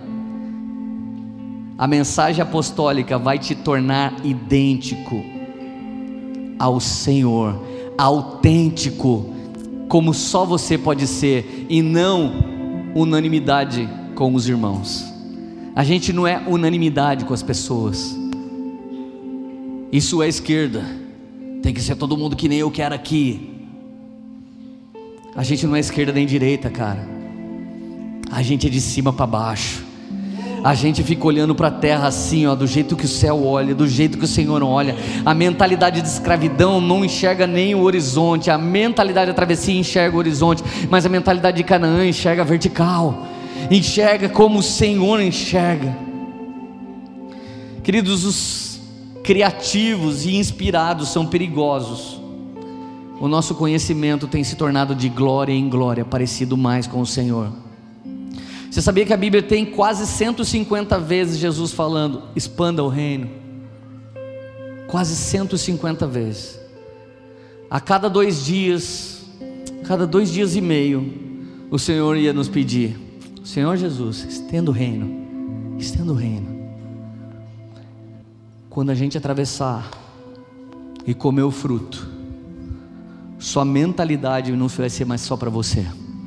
a mensagem apostólica vai te tornar idêntico ao Senhor, autêntico, como só você pode ser, e não unanimidade com os irmãos. A gente não é unanimidade com as pessoas. Isso é esquerda, tem que ser todo mundo que nem eu quero aqui. A gente não é esquerda nem direita, cara. A gente é de cima para baixo. A gente fica olhando para a terra assim, ó, do jeito que o céu olha, do jeito que o Senhor olha. A mentalidade de escravidão não enxerga nem o horizonte. A mentalidade da travessia enxerga o horizonte, mas a mentalidade de Canaã enxerga vertical, enxerga como o Senhor enxerga. Queridos, os criativos e inspirados são perigosos. O nosso conhecimento tem se tornado de glória em glória, parecido mais com o Senhor. Você sabia que a Bíblia tem quase 150 vezes Jesus falando, expanda o reino? Quase 150 vezes. A cada 2 dias, cada 2 dias e meio, o Senhor ia nos pedir, Senhor Jesus, estenda o reino, estenda o reino. Quando a gente atravessar e comer o fruto, sua mentalidade não vai ser mais só para você.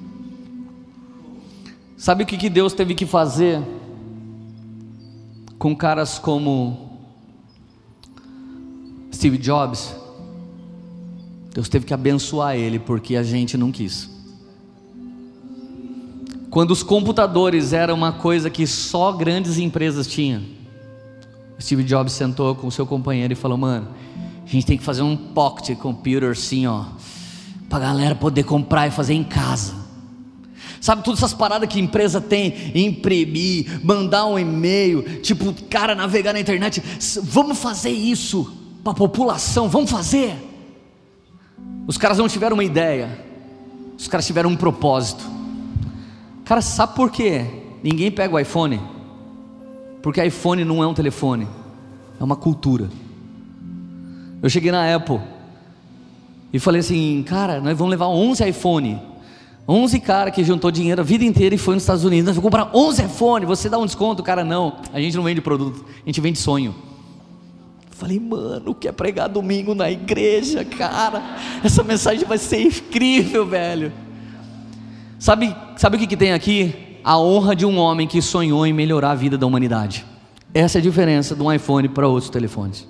Sabe o que Deus teve que fazer com caras como Steve Jobs? Deus teve que abençoar ele, porque a gente não quis. Quando os computadores eram uma coisa que só grandes empresas tinham, Steve Jobs sentou com o seu companheiro e falou, mano, a gente tem que fazer um pocket computer assim, ó, pra galera poder comprar e fazer em casa. Sabe, todas essas paradas que a empresa tem, imprimir, mandar um e-mail, tipo, cara, navegar na internet, vamos fazer isso para a população, vamos fazer. Os caras não tiveram uma ideia, os caras tiveram um propósito. Cara, sabe por quê? Ninguém pega o iPhone, porque iPhone não é um telefone, é uma cultura. Eu cheguei na Apple e falei assim, cara, nós vamos levar 11 iPhone. 11 cara que juntou dinheiro a vida inteira e foi nos Estados Unidos, nós vamos comprar 11 iPhone, você dá um desconto? Cara, não, a gente não vende produto, a gente vende sonho. Falei, mano, quer pregar domingo na igreja, cara, essa mensagem vai ser incrível, velho. Sabe o que tem aqui? A honra de um homem que sonhou em melhorar a vida da humanidade. Essa é a diferença de um iPhone para outros telefones.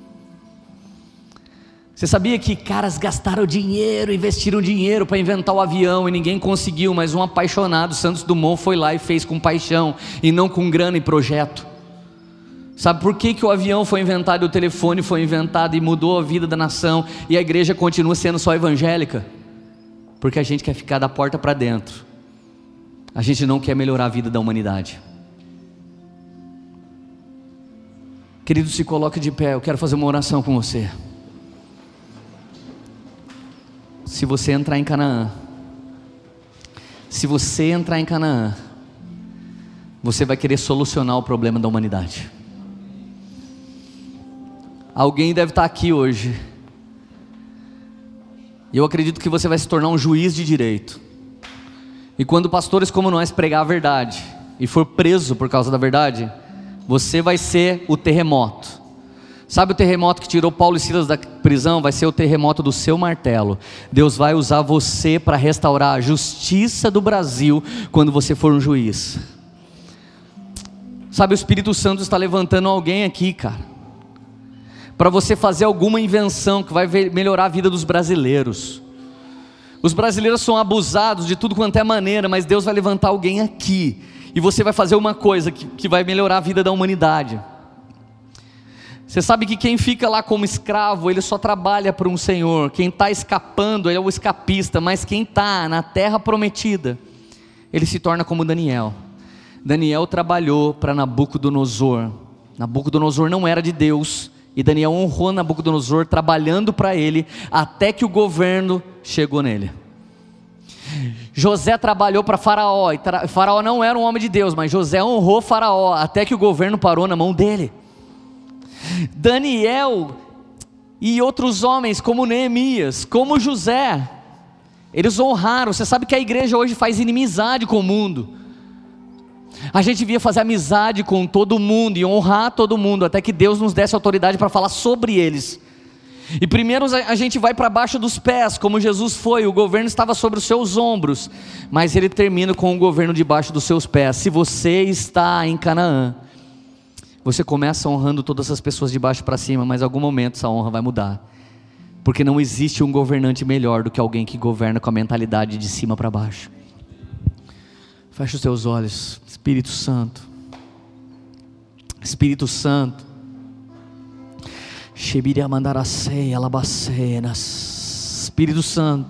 Você sabia que caras gastaram dinheiro, investiram dinheiro para inventar o avião e ninguém conseguiu, mas um apaixonado, Santos Dumont, foi lá e fez com paixão e não com grana e projeto. Sabe por que o avião foi inventado e o telefone foi inventado e mudou a vida da nação e a igreja continua sendo só evangélica? Porque a gente quer ficar da porta para dentro. A gente não quer melhorar a vida da humanidade. Querido, se coloque de pé, eu quero fazer uma oração com você. Se você entrar em Canaã, você vai querer solucionar o problema da humanidade. Alguém deve estar aqui hoje, e eu acredito que você vai se tornar um juiz de direito. E quando pastores como nós pregar a verdade e for preso por causa da verdade, você vai ser o terremoto. Sabe o terremoto que tirou Paulo e Silas da prisão? Vai ser o terremoto do seu martelo. Deus vai usar você para restaurar a justiça do Brasil quando você for um juiz. Sabe, o Espírito Santo está levantando alguém aqui, cara, para você fazer alguma invenção que vai melhorar a vida dos brasileiros. Os brasileiros são abusados de tudo quanto é maneira, mas Deus vai levantar alguém aqui, e você vai fazer uma coisa que vai melhorar a vida da humanidade. Você sabe que quem fica lá como escravo, ele só trabalha para um Senhor. Quem está escapando é o escapista, mas quem está na terra prometida, ele se torna como Daniel. Daniel trabalhou para Nabucodonosor. Nabucodonosor não era de Deus, e Daniel honrou Nabucodonosor trabalhando para ele, até que o governo chegou nele. José trabalhou para Faraó, e Faraó não era um homem de Deus, mas José honrou Faraó, até que o governo parou na mão dele. Daniel e outros homens como Neemias, como José, eles honraram. Você sabe que a igreja hoje faz inimizade com o mundo. A gente devia fazer amizade com todo mundo e honrar todo mundo, até que Deus nos desse autoridade para falar sobre eles. E primeiro a gente vai para baixo dos pés, como Jesus foi. O governo estava sobre os seus ombros, mas ele termina com o governo debaixo dos seus pés. Se você está em Canaã, você começa honrando todas as pessoas de baixo para cima, mas em algum momento essa honra vai mudar, porque não existe um governante melhor do que alguém que governa com a mentalidade de cima para baixo. Feche os seus olhos. Espírito Santo, Espírito Santo, Espírito Santo,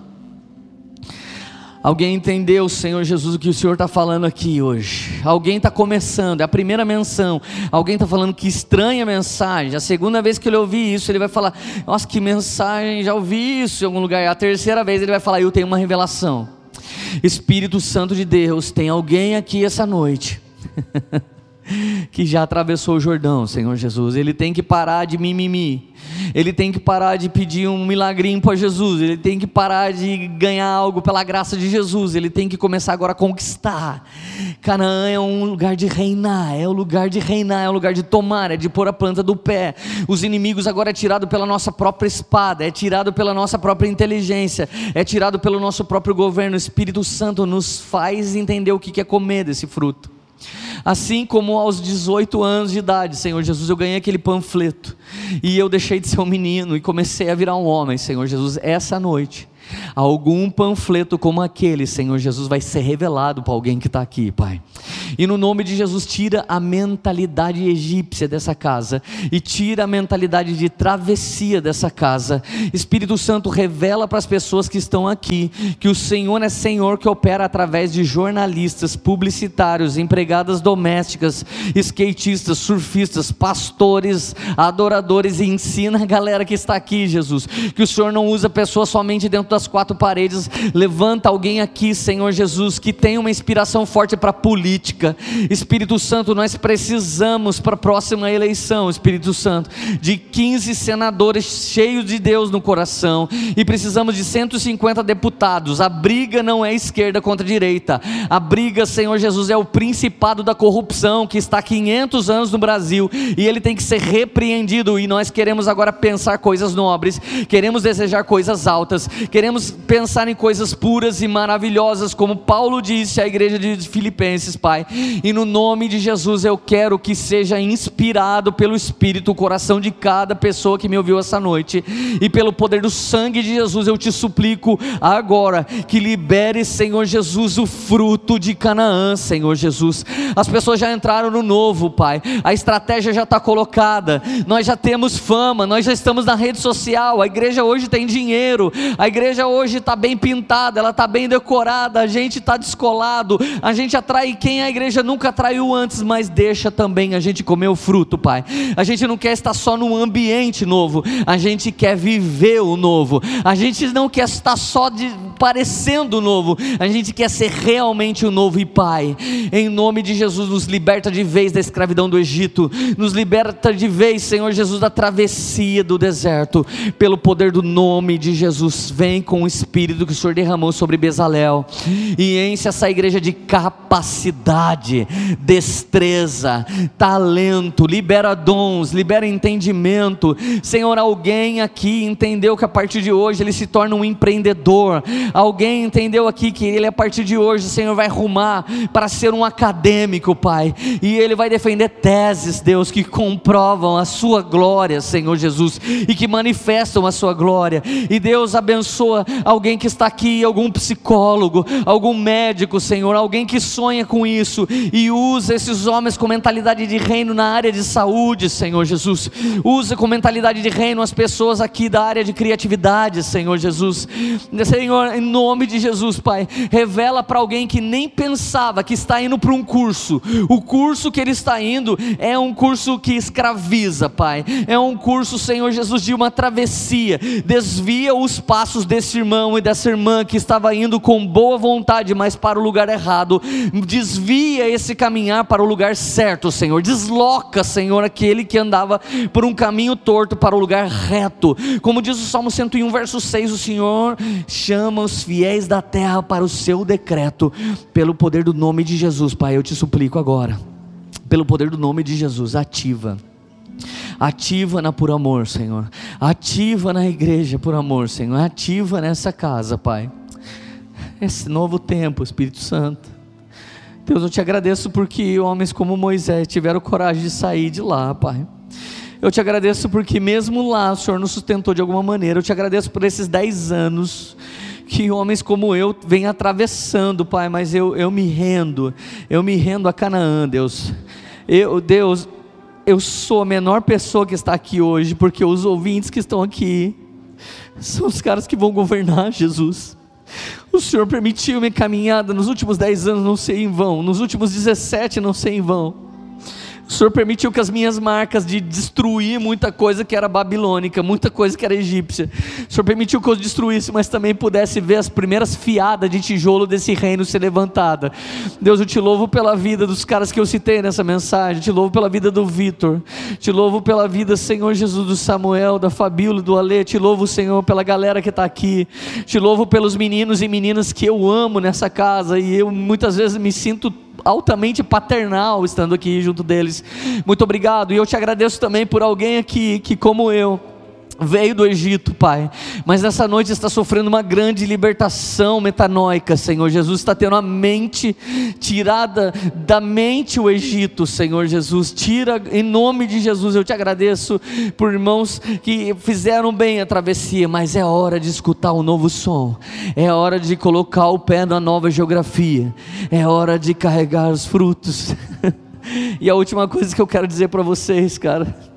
alguém entendeu, Senhor Jesus, o que o Senhor está falando aqui hoje? Alguém está começando, é a primeira menção. Alguém está falando que estranha mensagem. A segunda vez que ele ouvir isso, ele vai falar: nossa, que mensagem, já ouvi isso em algum lugar. A terceira vez ele vai falar: eu tenho uma revelação. Espírito Santo de Deus, tem alguém aqui essa noite que já atravessou o Jordão, Senhor Jesus. Ele tem que parar de mimimi, ele tem que parar de pedir um milagrinho para Jesus, ele tem que parar de ganhar algo pela graça de Jesus, ele tem que começar agora a conquistar. Canaã é um lugar de reinar, é um lugar de reinar, é um lugar de tomar, é de pôr a planta do pé. Os inimigos agora é tirado pela nossa própria espada, é tirado pela nossa própria inteligência, é tirado pelo nosso próprio governo. O Espírito Santo nos faz entender o que é comer desse fruto. Assim como aos 18 anos de idade, Senhor Jesus, eu ganhei aquele panfleto, e eu deixei de ser um menino e comecei a virar um homem, Senhor Jesus. Essa noite, algum panfleto como aquele, Senhor Jesus, vai ser revelado para alguém que está aqui, Pai. E no nome de Jesus, tira a mentalidade egípcia dessa casa, e tira a mentalidade de travessia dessa casa. Espírito Santo, revela para as pessoas que estão aqui, que o Senhor é Senhor que opera através de jornalistas, publicitários, empregadas domésticas, skatistas, surfistas, pastores, adoradores, e ensina a galera que está aqui, Jesus, que o Senhor não usa pessoas somente dentro das quatro paredes. Levanta alguém aqui, Senhor Jesus, que tem uma inspiração forte para política. Espírito Santo, nós precisamos para a próxima eleição, Espírito Santo, de 15 senadores cheios de Deus no coração, e precisamos de 150 deputados. A briga não é esquerda contra direita, a briga, Senhor Jesus, é o principado da corrupção que está há 500 anos no Brasil, e ele tem que ser repreendido. E nós queremos agora pensar coisas nobres, queremos desejar coisas altas, queremos pensar em coisas puras e maravilhosas, como Paulo disse à igreja de Filipenses, Pai. e no nome de Jesus eu quero que seja inspirado pelo Espírito o coração de cada pessoa que me ouviu essa noite, e pelo poder do sangue de Jesus eu te suplico agora, que libere, Senhor Jesus, o fruto de Canaã, Senhor Jesus. As pessoas já entraram no novo, Pai, a estratégia já está colocada, nós já temos fama, nós já estamos na rede social, a igreja hoje tem dinheiro, a igreja hoje está bem pintada, ela está bem decorada, a gente está descolado, a gente atrai quem a igreja nunca atraiu antes, mas deixa também a gente comer o fruto, Pai. A gente não quer estar só num ambiente novo, a gente quer viver o novo, a gente não quer estar só parecendo novo, a gente quer ser realmente o novo. E Pai, em nome de Jesus, nos liberta de vez da escravidão do Egito, nos liberta de vez, Senhor Jesus, da travessia do deserto, pelo poder do nome de Jesus. Vem com o Espírito que o Senhor derramou sobre Bezalel e enche essa igreja de capacidade, destreza, talento, libera dons, libera entendimento. Senhor, alguém aqui entendeu que a partir de hoje ele se torna um empreendedor, alguém entendeu aqui que ele a partir de hoje, Senhor, vai rumar para ser um acadêmico, Pai, e ele vai defender teses, Deus, que comprovam a sua glória, Senhor Jesus, e que manifestam a sua glória. E Deus, abençoa alguém que está aqui, algum psicólogo, algum médico, Senhor, alguém que sonha com isso, e usa esses homens com mentalidade de reino na área de saúde, Senhor Jesus. Usa com mentalidade de reino as pessoas aqui da área de criatividade, Senhor Jesus. Senhor, em nome de Jesus, Pai, revela para alguém que nem pensava que está indo para um curso, o curso que ele está indo é um curso que escraviza, Pai, é um curso, Senhor Jesus, de uma travessia. Desvia os passos desse irmão e dessa irmã que estava indo com boa vontade, mas para o lugar errado. Desvia esse caminhar para o lugar certo, Senhor. Desloca, Senhor, aquele que andava por um caminho torto para o lugar reto. Como diz o Salmo 101, verso 6, o Senhor chama os fiéis da terra para o seu decreto. Pelo poder do nome de Jesus, Pai, eu te suplico agora, pelo poder do nome de Jesus, ativa na Por Amor, Senhor, ativa na igreja Por Amor, Senhor, ativa nessa casa, Pai, esse novo tempo, Espírito Santo. Deus, eu te agradeço porque homens como Moisés tiveram coragem de sair de lá, Pai. Eu te agradeço porque mesmo lá o Senhor nos sustentou de alguma maneira. Eu te agradeço por esses 10 anos que homens como eu vêm atravessando, Pai, mas eu me rendo a Canaã, Deus. Deus, eu sou a menor pessoa que está aqui hoje, porque os ouvintes que estão aqui são os caras que vão governar, Jesus. O Senhor permitiu minha caminhada nos últimos 10 anos não ser em vão, nos últimos 17 não ser em vão. O Senhor permitiu que as minhas marcas de destruir muita coisa que era babilônica, muita coisa que era egípcia, o Senhor permitiu que eu destruísse, mas também pudesse ver as primeiras fiadas de tijolo desse reino ser levantada. Deus, eu te louvo pela vida dos caras que eu citei nessa mensagem, te louvo pela vida do Vitor, te louvo pela vida, Senhor Jesus, do Samuel, da Fabíola, do Alê, te louvo, Senhor, pela galera que está aqui, te louvo pelos meninos e meninas que eu amo nessa casa, e eu muitas vezes me sinto altamente paternal estando aqui junto deles. Muito obrigado. E eu te agradeço também por alguém aqui que, como eu, veio do Egito, Pai, mas nessa noite está sofrendo uma grande libertação metanoica, Senhor Jesus. Está tendo a mente tirada da mente, o Egito, Senhor Jesus. Tira em nome de Jesus. Eu te agradeço por irmãos que fizeram bem a travessia, mas é hora de escutar um novo som, é hora de colocar o pé na nova geografia, é hora de carregar os frutos. E a última coisa que eu quero dizer para vocês, cara,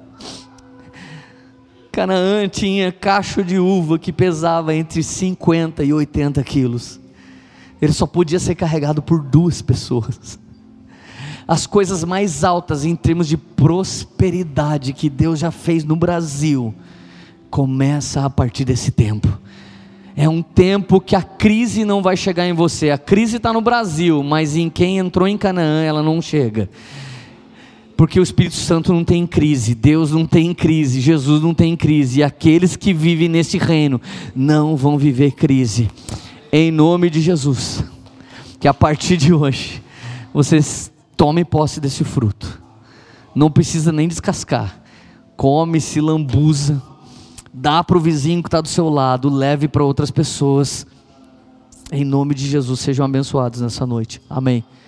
Canaã tinha cacho de uva que pesava entre 50 e 80 quilos. Ele só podia ser carregado por 2 pessoas. As coisas mais altas em termos de prosperidade que Deus já fez no Brasil começa a partir desse tempo. É um tempo que a crise não vai chegar em você. A crise está no Brasil, mas em quem entrou em Canaã ela não chega. Porque o Espírito Santo não tem crise, Deus não tem crise, Jesus não tem crise, e aqueles que vivem nesse reino não vão viver crise. Em nome de Jesus, que a partir de hoje vocês tomem posse desse fruto. Não precisa nem descascar, come, se lambuza, dá para o vizinho que está do seu lado, leve para outras pessoas. Em nome de Jesus, sejam abençoados nessa noite, amém.